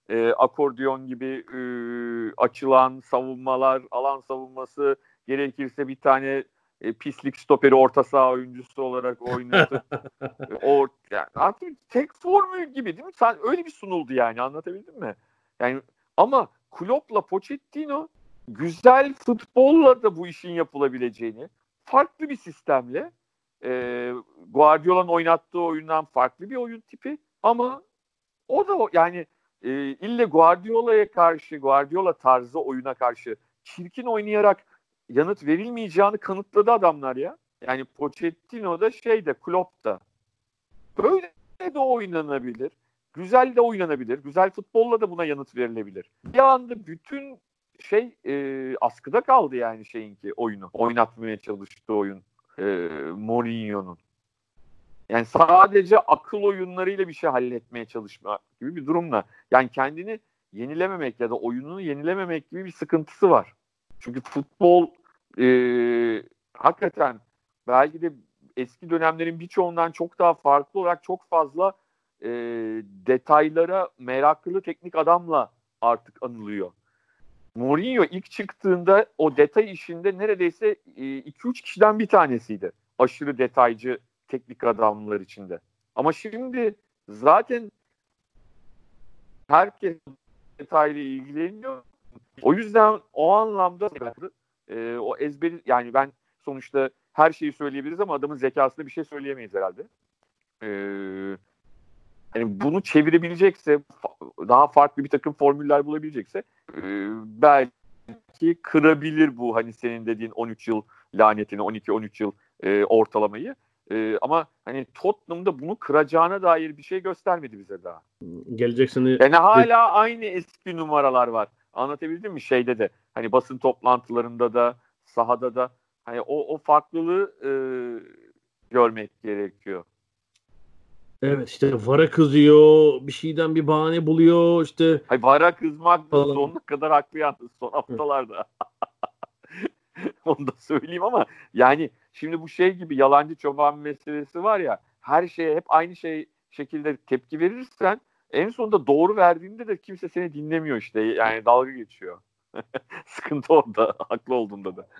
Speaker 3: akordeon gibi açılan savunmalar, alan savunması, gerekirse bir tane pislik stoperi orta saha oyuncusu olarak oynatıp yani artık tek formül gibi değil mi? Sen öyle bir sunuldu yani, anlatabildim mi? Yani ama Klopp'la Pochettino güzel futbolla da bu işin yapılabileceğini, farklı bir sistemle Guardiola'nın oynattığı oyundan farklı bir oyun tipi ama o da yani ille Guardiola tarzı oyuna karşı çirkin oynayarak yanıt verilmeyeceğini kanıtladı adamlar ya. Yani Pochettino da Klopp da. Böyle de oynanabilir. Güzel de oynanabilir. Güzel futbolla da buna yanıt verilebilir. Bir anda bütün askıda kaldı yani oyunu. Oynatmaya çalıştığı oyun. Mourinho'nun. Yani sadece akıl oyunlarıyla bir şey halletmeye çalışma gibi bir durumla. Yani kendini yenilememek ya da oyununu yenilememek gibi bir sıkıntısı var. Çünkü futbol hakikaten belki de eski dönemlerin birçoğundan çok daha farklı olarak çok fazla detaylara meraklı teknik adamla artık anılıyor. Mourinho ilk çıktığında o detay işinde neredeyse 2-3 kişiden bir tanesiydi. Aşırı detaycı teknik adamlar içinde. Ama şimdi zaten herkes detayla ilgileniyor. O yüzden o anlamda o ezberi, yani ben sonuçta her şeyi söyleyebiliriz ama adamın zekasında bir şey söyleyemeyiz herhalde. Yani bunu çevirebilecekse, daha farklı bir takım formüller bulabilecekse belki kırabilir bu hani senin dediğin 13 yıl lanetini, 12-13 yıl ortalamayı. Ama hani Tottenham'da bunu kıracağına dair bir şey göstermedi bize daha.
Speaker 2: Gelecek sene
Speaker 3: yani hala aynı eski numaralar var. Anlatabildim mi? De hani basın toplantılarında da sahada da hani o farklılığı görmek gerekiyor.
Speaker 2: Evet, işte VAR'a kızıyor, bir şeyden bir bahane buluyor işte.
Speaker 3: Hayır, VAR'a kızmak sonuna kadar haklı yalnız son haftalarda. Onu da söyleyeyim ama yani şimdi bu gibi yalancı çoban meselesi var ya, her şeye hep aynı şekilde tepki verirsen en sonunda doğru verdiğinde de kimse seni dinlemiyor işte. Yani dalga geçiyor. Sıkıntı orada. Haklı olduğunda da.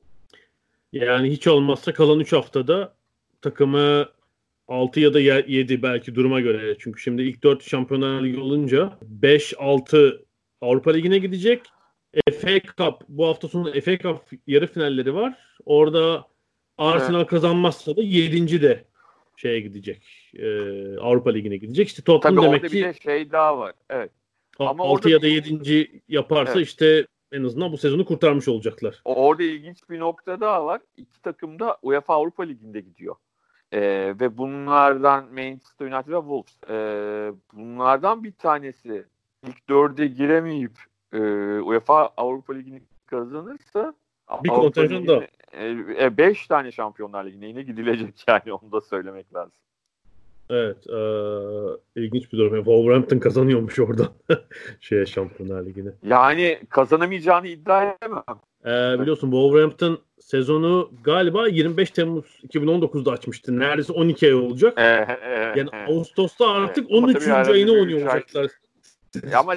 Speaker 2: Yani hiç olmazsa kalan 3 haftada takımı 6 ya da 7 belki duruma göre. Çünkü şimdi ilk 4 Şampiyonlar Ligi olunca 5-6 Avrupa Ligi'ne gidecek. FA Cup, bu hafta sonu FA Cup yarı finalleri var. Orada Arsenal kazanmazsa da 7. de gidecek. Avrupa Ligi'ne gidecek. İşte Tottenham
Speaker 3: tabii
Speaker 2: demek
Speaker 3: orada
Speaker 2: ki
Speaker 3: bir de daha var. Evet.
Speaker 2: Ama 6 ya da 7. yaparsa işte en azından bu sezonu kurtarmış olacaklar.
Speaker 3: Orada ilginç bir nokta daha var. İki takım da UEFA Avrupa Ligi'nde gidiyor. Ve bunlardan Manchester United ve Wolves. Bunlardan bir tanesi ilk 4'e giremeyip UEFA Avrupa Ligi'ni kazanırsa
Speaker 2: bir kontenjan da
Speaker 3: 5 tane Şampiyonlar Ligi'ne yine gidilecek yani, onu da söylemek lazım.
Speaker 2: Evet, ilginç bir durum. Wolverhampton kazanıyormuş oradan Şampiyonlar Ligi'ne.
Speaker 3: Yani kazanamayacağını iddia edemem.
Speaker 2: Biliyorsun Wolverhampton sezonu galiba 25 Temmuz 2019'da açmıştı. Neredeyse 12 ay olacak. Yani Ağustos'ta artık 13. ayını oynuyor olacaklar.
Speaker 3: Ama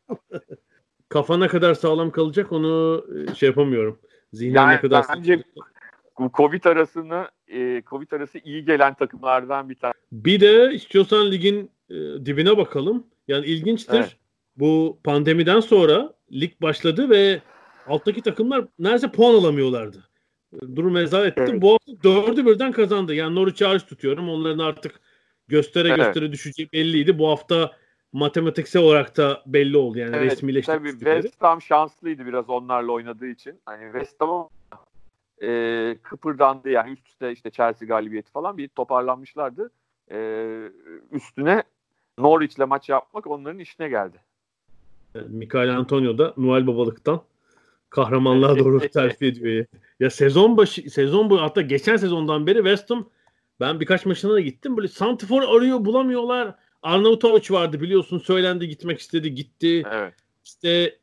Speaker 2: Kafana kadar sağlam kalacak onu yapamıyorum. Zihnen ne kadar
Speaker 3: bence Covid arası iyi gelen takımlardan bir tane.
Speaker 2: Bir de istiyorsan ligin dibine bakalım. Yani ilginçtir. Evet. Bu pandemiden sonra lig başladı ve alttaki takımlar neredeyse puan alamıyorlardı. Durum rezalet etti. Evet. Bu hafta 4'ü birden kazandı. Yani Norwich hariç tutuyorum. Onların artık göstere düşeceği belliydi. Bu hafta matematiksel olarak da belli oldu. Yani resmileşti.
Speaker 3: Tabii West Ham şanslıydı biraz onlarla oynadığı için. Hani West Ham kıpırdandı yani, üst üste işte Chelsea galibiyeti falan, bir toparlanmışlardı. Üstüne Norwich'le maç yapmak onların işine geldi.
Speaker 2: Mikael Antonio da Noel Babalık'tan kahramanlığa doğru terfi ediyor. Ya sezon boyu, hatta geçen sezondan beri West Ham, ben birkaç maçına da gittim. Böyle santifor arıyor, bulamıyorlar. Arnautovic vardı biliyorsun, söylendi, gitmek istedi, gitti.
Speaker 3: Evet.
Speaker 2: İşte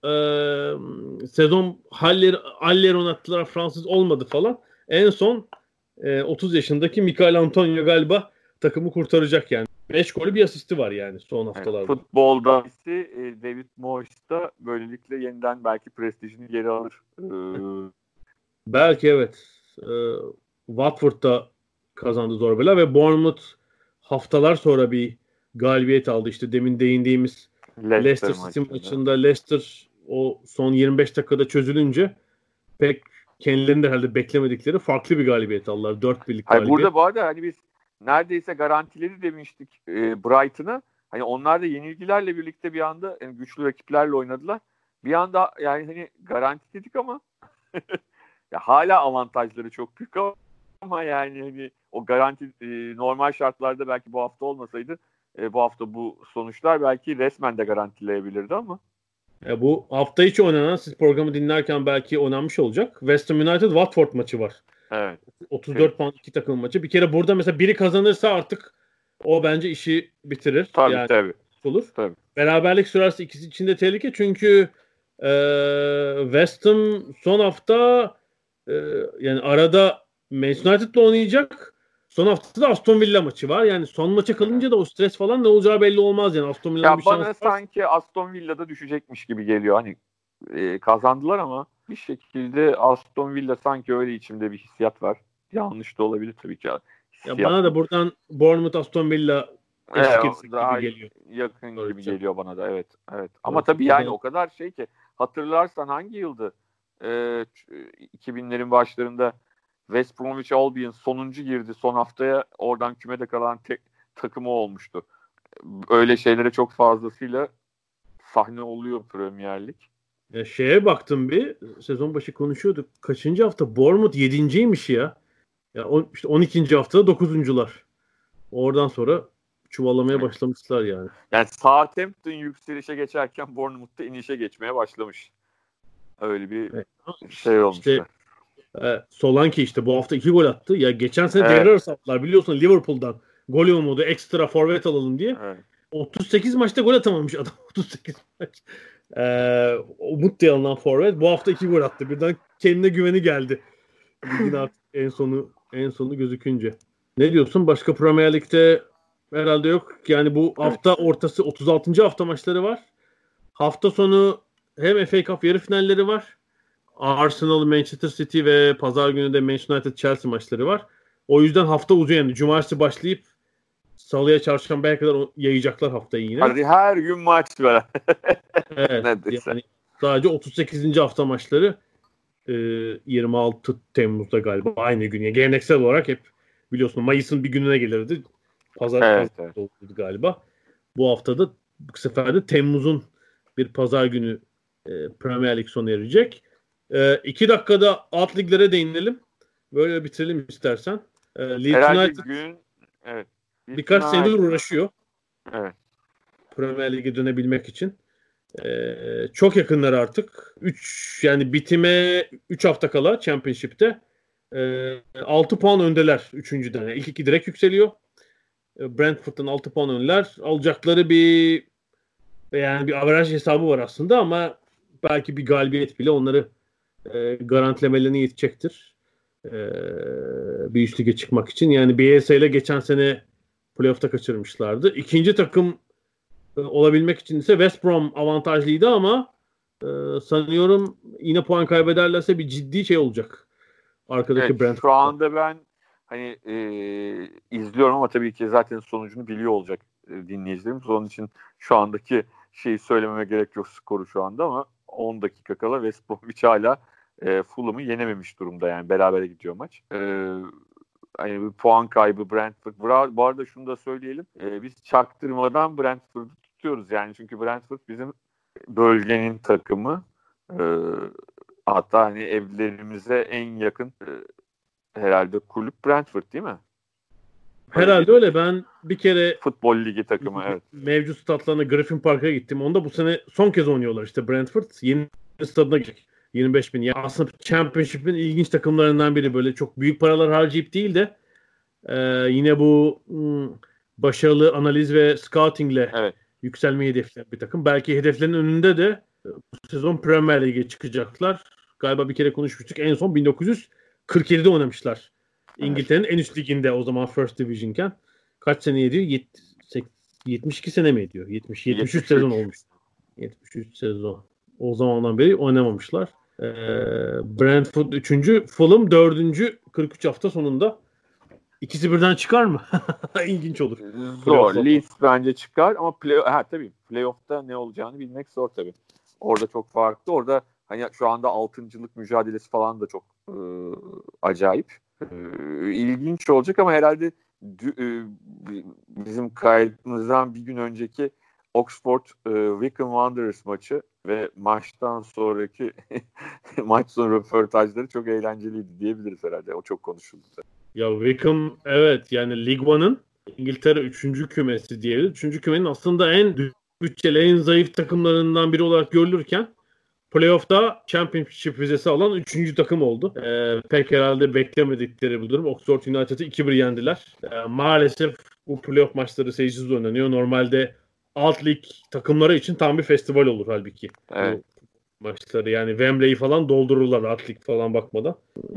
Speaker 2: sezon Haller'i oynattılar, Fransız olmadı falan. En son 30 yaşındaki Mikael Antonio galiba takımı kurtaracak yani. 5 golü bir asisti var yani son haftalarda.
Speaker 3: Futbolda David Moyes da böylelikle yeniden belki prestijini geri alır.
Speaker 2: Belki evet. Watford'da kazandı zor bela ve Bournemouth haftalar sonra bir galibiyet aldı. İşte demin değindiğimiz Leicester City maçında Leicester o son 25 dakikada çözülünce pek kendilerinin de herhalde beklemedikleri farklı bir galibiyet aldılar. 4-1'lik galibiyet.
Speaker 3: Burada bu arada hani biz neredeyse garantiledi demiştik Brighton'a. Hani onlar da yenilgilerle birlikte bir anda yani güçlü rakiplerle oynadılar. Bir anda yani hani garanti dedik ama ya hala avantajları çok büyük ama yani hani o garanti normal şartlarda belki bu hafta olmasaydı bu hafta bu sonuçlar belki resmen de garantileyebilirdi ama.
Speaker 2: Bu hafta içi oynanan, siz programı dinlerken belki oynanmış olacak. West Ham United Watford maçı var.
Speaker 3: Evet.
Speaker 2: 34 puan iki takım maçı. Bir kere burada mesela biri kazanırsa artık o bence işi bitirir.
Speaker 3: Tabii.
Speaker 2: Olur.
Speaker 3: Tabii.
Speaker 2: Beraberlik sürerse ikisi için de tehlike. Çünkü West Ham son hafta yani arada Manchester United'la oynayacak. Son haftada da Aston Villa maçı var. Yani son maça kalınca da o stres falan ne olacağı belli olmaz yani. Aston Villa'nın bir şansı var.
Speaker 3: Bana sanki Aston Villa'da düşecekmiş gibi geliyor. Hani kazandılar ama bir şekilde Aston Villa sanki öyle içimde bir hissiyat var. Yanlış da olabilir tabii ki.
Speaker 2: Ya bana da buradan Bournemouth Aston Villa
Speaker 3: daha
Speaker 2: gibi geliyor.
Speaker 3: Yakın gibi geliyor bana da. Evet. Ama tabii yani o kadar şey ki hatırlarsan hangi yıldı? 2000'lerin başlarında West Bromwich Albion sonuncu girdi son haftaya. Oradan kümede kalan tek takımı olmuştu. Öyle şeylere çok fazlasıyla sahne oluyor Premier Lig.
Speaker 2: Ya şeye baktım bir. Sezon başı konuşuyorduk. Kaçıncı hafta? Bournemouth 7.'ymiş ya. Ya işte 12. haftada 9'uncular. Oradan sonra çuvallamaya başlamışlar yani.
Speaker 3: Yani Southampton yükselişe geçerken Bournemouth'ta inişe geçmeye başlamış. Öyle bir şey olmuş.
Speaker 2: İşte, Solanke işte bu hafta 2 gol attı. Ya geçen sene devre arası attılar biliyorsun Liverpool'dan. Gol umudu ekstra forvet alalım diye. Evet. 38 maçta gol atamamış adam. 38 maç. Umut diye alınan forvet. Bu hafta 2 gol attı. Birden kendine güveni geldi. Ligin artık en sonu gözükünce. Ne diyorsun? Başka Premier Lig'de herhalde yok. Yani bu hafta ortası 36. hafta maçları var. Hafta sonu hem FA Cup yarı finalleri var. Arsenal, Manchester City ve pazar günü de Manchester United Chelsea maçları var. O yüzden hafta uzuyor yani. Cumartesi başlayıp salıya çarşambaya kadar yayacaklar haftayı yine.
Speaker 3: Hadi her gün maç var.
Speaker 2: Evet. Yani sadece 38. hafta maçları 26 Temmuz'da galiba aynı gün. Yani geleneksel olarak hep biliyorsun Mayıs'ın bir gününe gelirdi. Pazar oldu galiba. Bu haftada bu sefer de Temmuz'un bir pazar günü Premier Lig sona erecek. 2 dakikada alt liglere değinelim. Böyle bitirelim istersen. Leeds United birkaç senedir uğraşıyor.
Speaker 3: Evet.
Speaker 2: Premier Lig'e dönebilmek için. Çok yakınlar artık. Yani bitime 3 hafta kala Championship'te 6 puan öndeler 3.'den. Yani ilk iki direkt yükseliyor. Brentford'dan 6 puan öndeler. Alacakları bir averaj hesabı var aslında ama belki bir galibiyet bile onları garantilemelerine yetecektir. Bir üst lige çıkmak için. Yani BSA ile geçen sene playoff'ta kaçırmışlardı. İkinci takım olabilmek için ise West Brom avantajlıydı ama sanıyorum yine puan kaybederlerse bir ciddi şey olacak. Arkadaki Brentford.
Speaker 3: Şu anda ben izliyorum ama tabii ki zaten sonucunu biliyor olacak dinleyicilerimiz. Onun için şu andaki şeyi söylememe gerek yok skoru şu anda ama 10 dakika kala West Bromwich hala Fulham'ı yenememiş durumda yani berabere gidiyor maç. Yani bir puan kaybı Brentford. Bu arada şunu da söyleyelim. Biz çaktırmadan Brentford'u tutuyoruz yani çünkü Brentford bizim bölgenin takımı. Hatta hani evlerimize en yakın herhalde kulüp Brentford değil mi?
Speaker 2: Herhalde öyle. Ben bir kere
Speaker 3: futbol ligi takımı evet.
Speaker 2: Mevcut statlarına Griffin Park'a gittim. Onda bu sene son kez oynuyorlar işte Brentford. Yeni stadına gidecek. 25.000. Yani aslında Championship'in ilginç takımlarından biri. Böyle çok büyük paralar harcayıp değil de yine bu başarılı analiz ve scoutingle yükselmeyi hedefleyen bir takım. Belki hedeflerin önünde de bu sezon Premier Lig'e çıkacaklar. Galiba bir kere konuşmuştuk. En son 1947'de oynamışlar. İngiltere'nin en üst liginde o zaman First Division'ken. Kaç sene ediyor? 72 sene mi ediyor? 73 sezon olmuş. 73 sezon. O zamandan beri oynamamışlar. Brentford 3. Fulham 4. 43 hafta sonunda. İkisi birden çıkar mı? İlginç olur.
Speaker 3: Zor. Leeds bence çıkar ama tabii playoff'ta ne olacağını bilmek zor tabii. Orada çok farklı. Orada hani şu anda 6.'lık mücadelesi falan da çok acayip. İlginç olacak ama herhalde bizim kaydımızdan bir gün önceki Oxford Wycombe Wanderers maçı ve maçtan sonraki maç sonu röportajları çok eğlenceliydi diyebiliriz herhalde. O çok konuşuldu.
Speaker 2: Ya Wycombe evet yani League One'ın İngiltere 3. kümesi diyebiliriz. 3. kümenin aslında en bütçeli, en zayıf takımlarından biri olarak görülürken playoff'ta Championship vizesi alan 3. takım oldu. Pek herhalde beklemedikleri bu durum. Oxford United'ı 2-1 yendiler. Maalesef bu playoff maçları seyircisiz oynanıyor. Normalde alt lig takımları için tam bir festival olur halbuki.
Speaker 3: Evet.
Speaker 2: Bu maçları yani Wembley'i falan doldururlar alt lig falan bakmadan.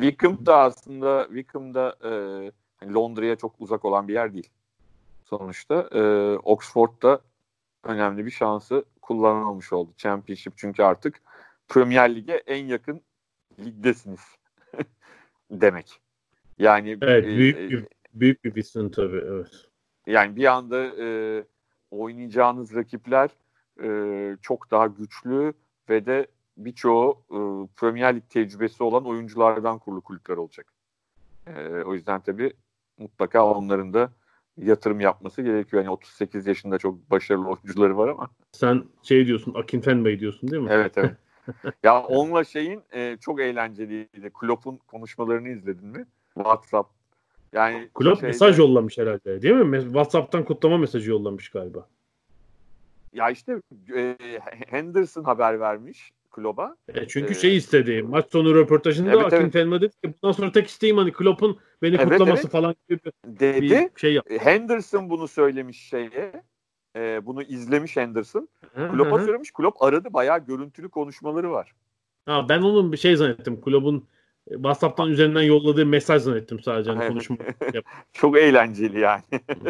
Speaker 3: Wycombe'da Londra'ya çok uzak olan bir yer değil. Sonuçta Oxford'da önemli bir şansı kullanılmış oldu. Championship çünkü artık Premier Lig'e en yakın ligdesiniz demek. Yani
Speaker 2: evet, büyük bir vision tabii, evet.
Speaker 3: Yani bir anda oynayacağınız rakipler çok daha güçlü ve de birçoğu Premier Lig tecrübesi olan oyunculardan kurulu kulüpler olacak. O yüzden tabii mutlaka onların da yatırım yapması gerekiyor. Yani 38 yaşında çok başarılı oyuncuları var ama.
Speaker 2: Sen şey diyorsun, Akinfenbay diyorsun değil mi?
Speaker 3: Evet. Ya onunla çok eğlenceliydi. Klopp'un konuşmalarını izledin mi? WhatsApp. Yani
Speaker 2: Klopp mesaj yollamış herhalde değil mi? WhatsApp'tan kutlama mesajı yollamış galiba.
Speaker 3: Ya işte Henderson haber vermiş Klopp'a.
Speaker 2: Çünkü istedi. Maç sonu röportajında Akinfenbay dedi ki bundan sonra tek isteğim hani Klopp'un beni kutlaması falan gibi
Speaker 3: dedi.
Speaker 2: Bir şey yaptı.
Speaker 3: Henderson bunu söylemiş bunu izlemiş Henderson. Klopp'a söylemiş. Klopp aradı. Bayağı görüntülü konuşmaları var.
Speaker 2: Ben onun bir şey zannettim. Klopp'un WhatsApp'tan üzerinden yolladığı mesaj zannettim sadece. Hani konuşma.
Speaker 3: Çok eğlenceli yani.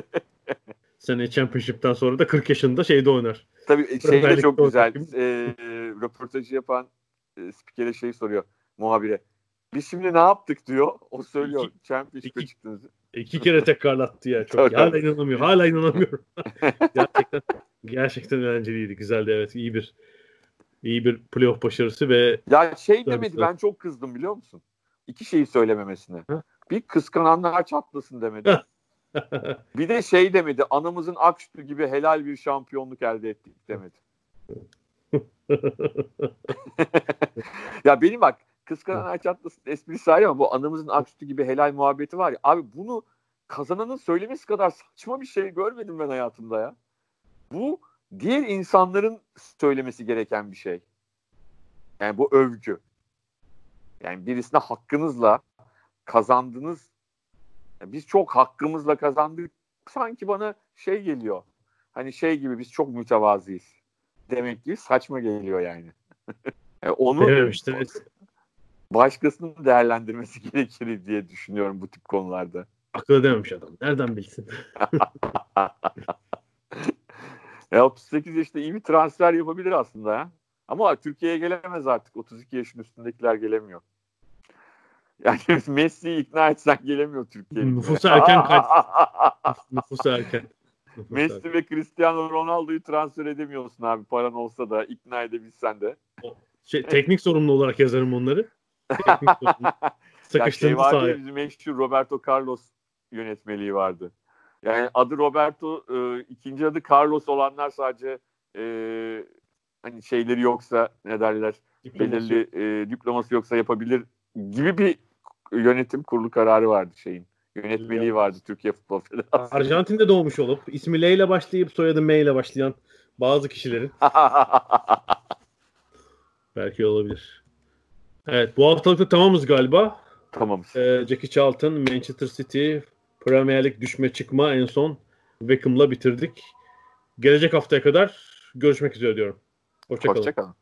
Speaker 2: Sene Championship'ten sonra da 40 yaşında şeyde oynar.
Speaker 3: Tabii de çok güzel. Röportajı yapan spikere soruyor muhabire. Biz şimdi ne yaptık diyor. O söylüyor. Championship'e çıktınız.
Speaker 2: 2 kere tekrarlattı ya. Çok. Hala inanamıyorum. Gerçekten eğlenceliydi. Güzeldi, evet. İyi bir playoff başarısı ve
Speaker 3: ya demedi, ben çok kızdım biliyor musun? 2 şeyi söylememesine. Bir, kıskananlar çatlasın demedi. Bir de demedi. Anamızın ak sütü gibi helal bir şampiyonluk elde ettik demedi. Ya benim bak, kıskananlar çatlasın esprisi ayrı ama bu anamızın ak sütü gibi helal muhabbeti var ya. Abi bunu kazananın söylemesi kadar saçma bir şey görmedim ben hayatımda ya. Bu diğer insanların söylemesi gereken bir şey. Yani bu övgü. Yani birisine hakkınızla kazandınız. Biz çok hakkımızla kazandık. Sanki bana geliyor. Hani gibi biz çok mütevazıyız. Demek ki saçma geliyor yani. Onu başkasının değerlendirmesi gerekir diye düşünüyorum bu tip konularda.
Speaker 2: Akıl dememiş adam. Nereden bilsin?
Speaker 3: 38 yaşında iyi bir transfer yapabilir aslında ya. Ama Türkiye'ye gelemez artık. 32 yaşın üstündekiler gelemiyor. Yani Messi'yi ikna etsen gelemiyor Türkiye'ye.
Speaker 2: Nüfusu erken Nüfusu erken.
Speaker 3: Messi ve Cristiano Ronaldo'yu transfer edemiyorsun abi. Paran olsa da, ikna edebilsen de.
Speaker 2: Teknik sorumlu olarak yazarım onları. Teknik sorumlu. Sıkıştığında
Speaker 3: vardı ya, bizim meşhur Roberto Carlos yönetmeliği vardı. Yani adı Roberto, ikinci adı Carlos olanlar sadece hani şeyleri yoksa, ne derler, belirli diploması yoksa yapabilir gibi bir yönetim kurulu kararı vardı yönetmeliği vardı Türkiye Futbol Federasyonu.
Speaker 2: Arjantin'de doğmuş olup ismi L ile başlayıp soyadı M ile başlayan bazı kişilerin belki olabilir. Evet, bu haftalıkta tamamız galiba.
Speaker 3: Tamamız.
Speaker 2: Jackie Charlton, Manchester City, Premier Lig düşme çıkma, en son Wycombe'la bitirdik. Gelecek haftaya kadar görüşmek üzere diyorum. Hoşçakalın.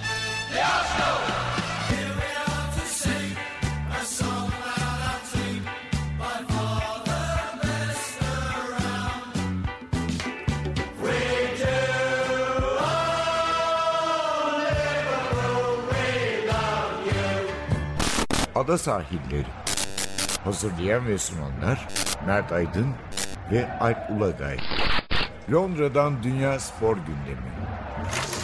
Speaker 4: Here we are to sing a song about our team.
Speaker 1: ada sahilleri. Hazırlayan ve sunanlar Mert Aydın ve Alp Ulagay. Londra'dan Dünya Spor Gündemi.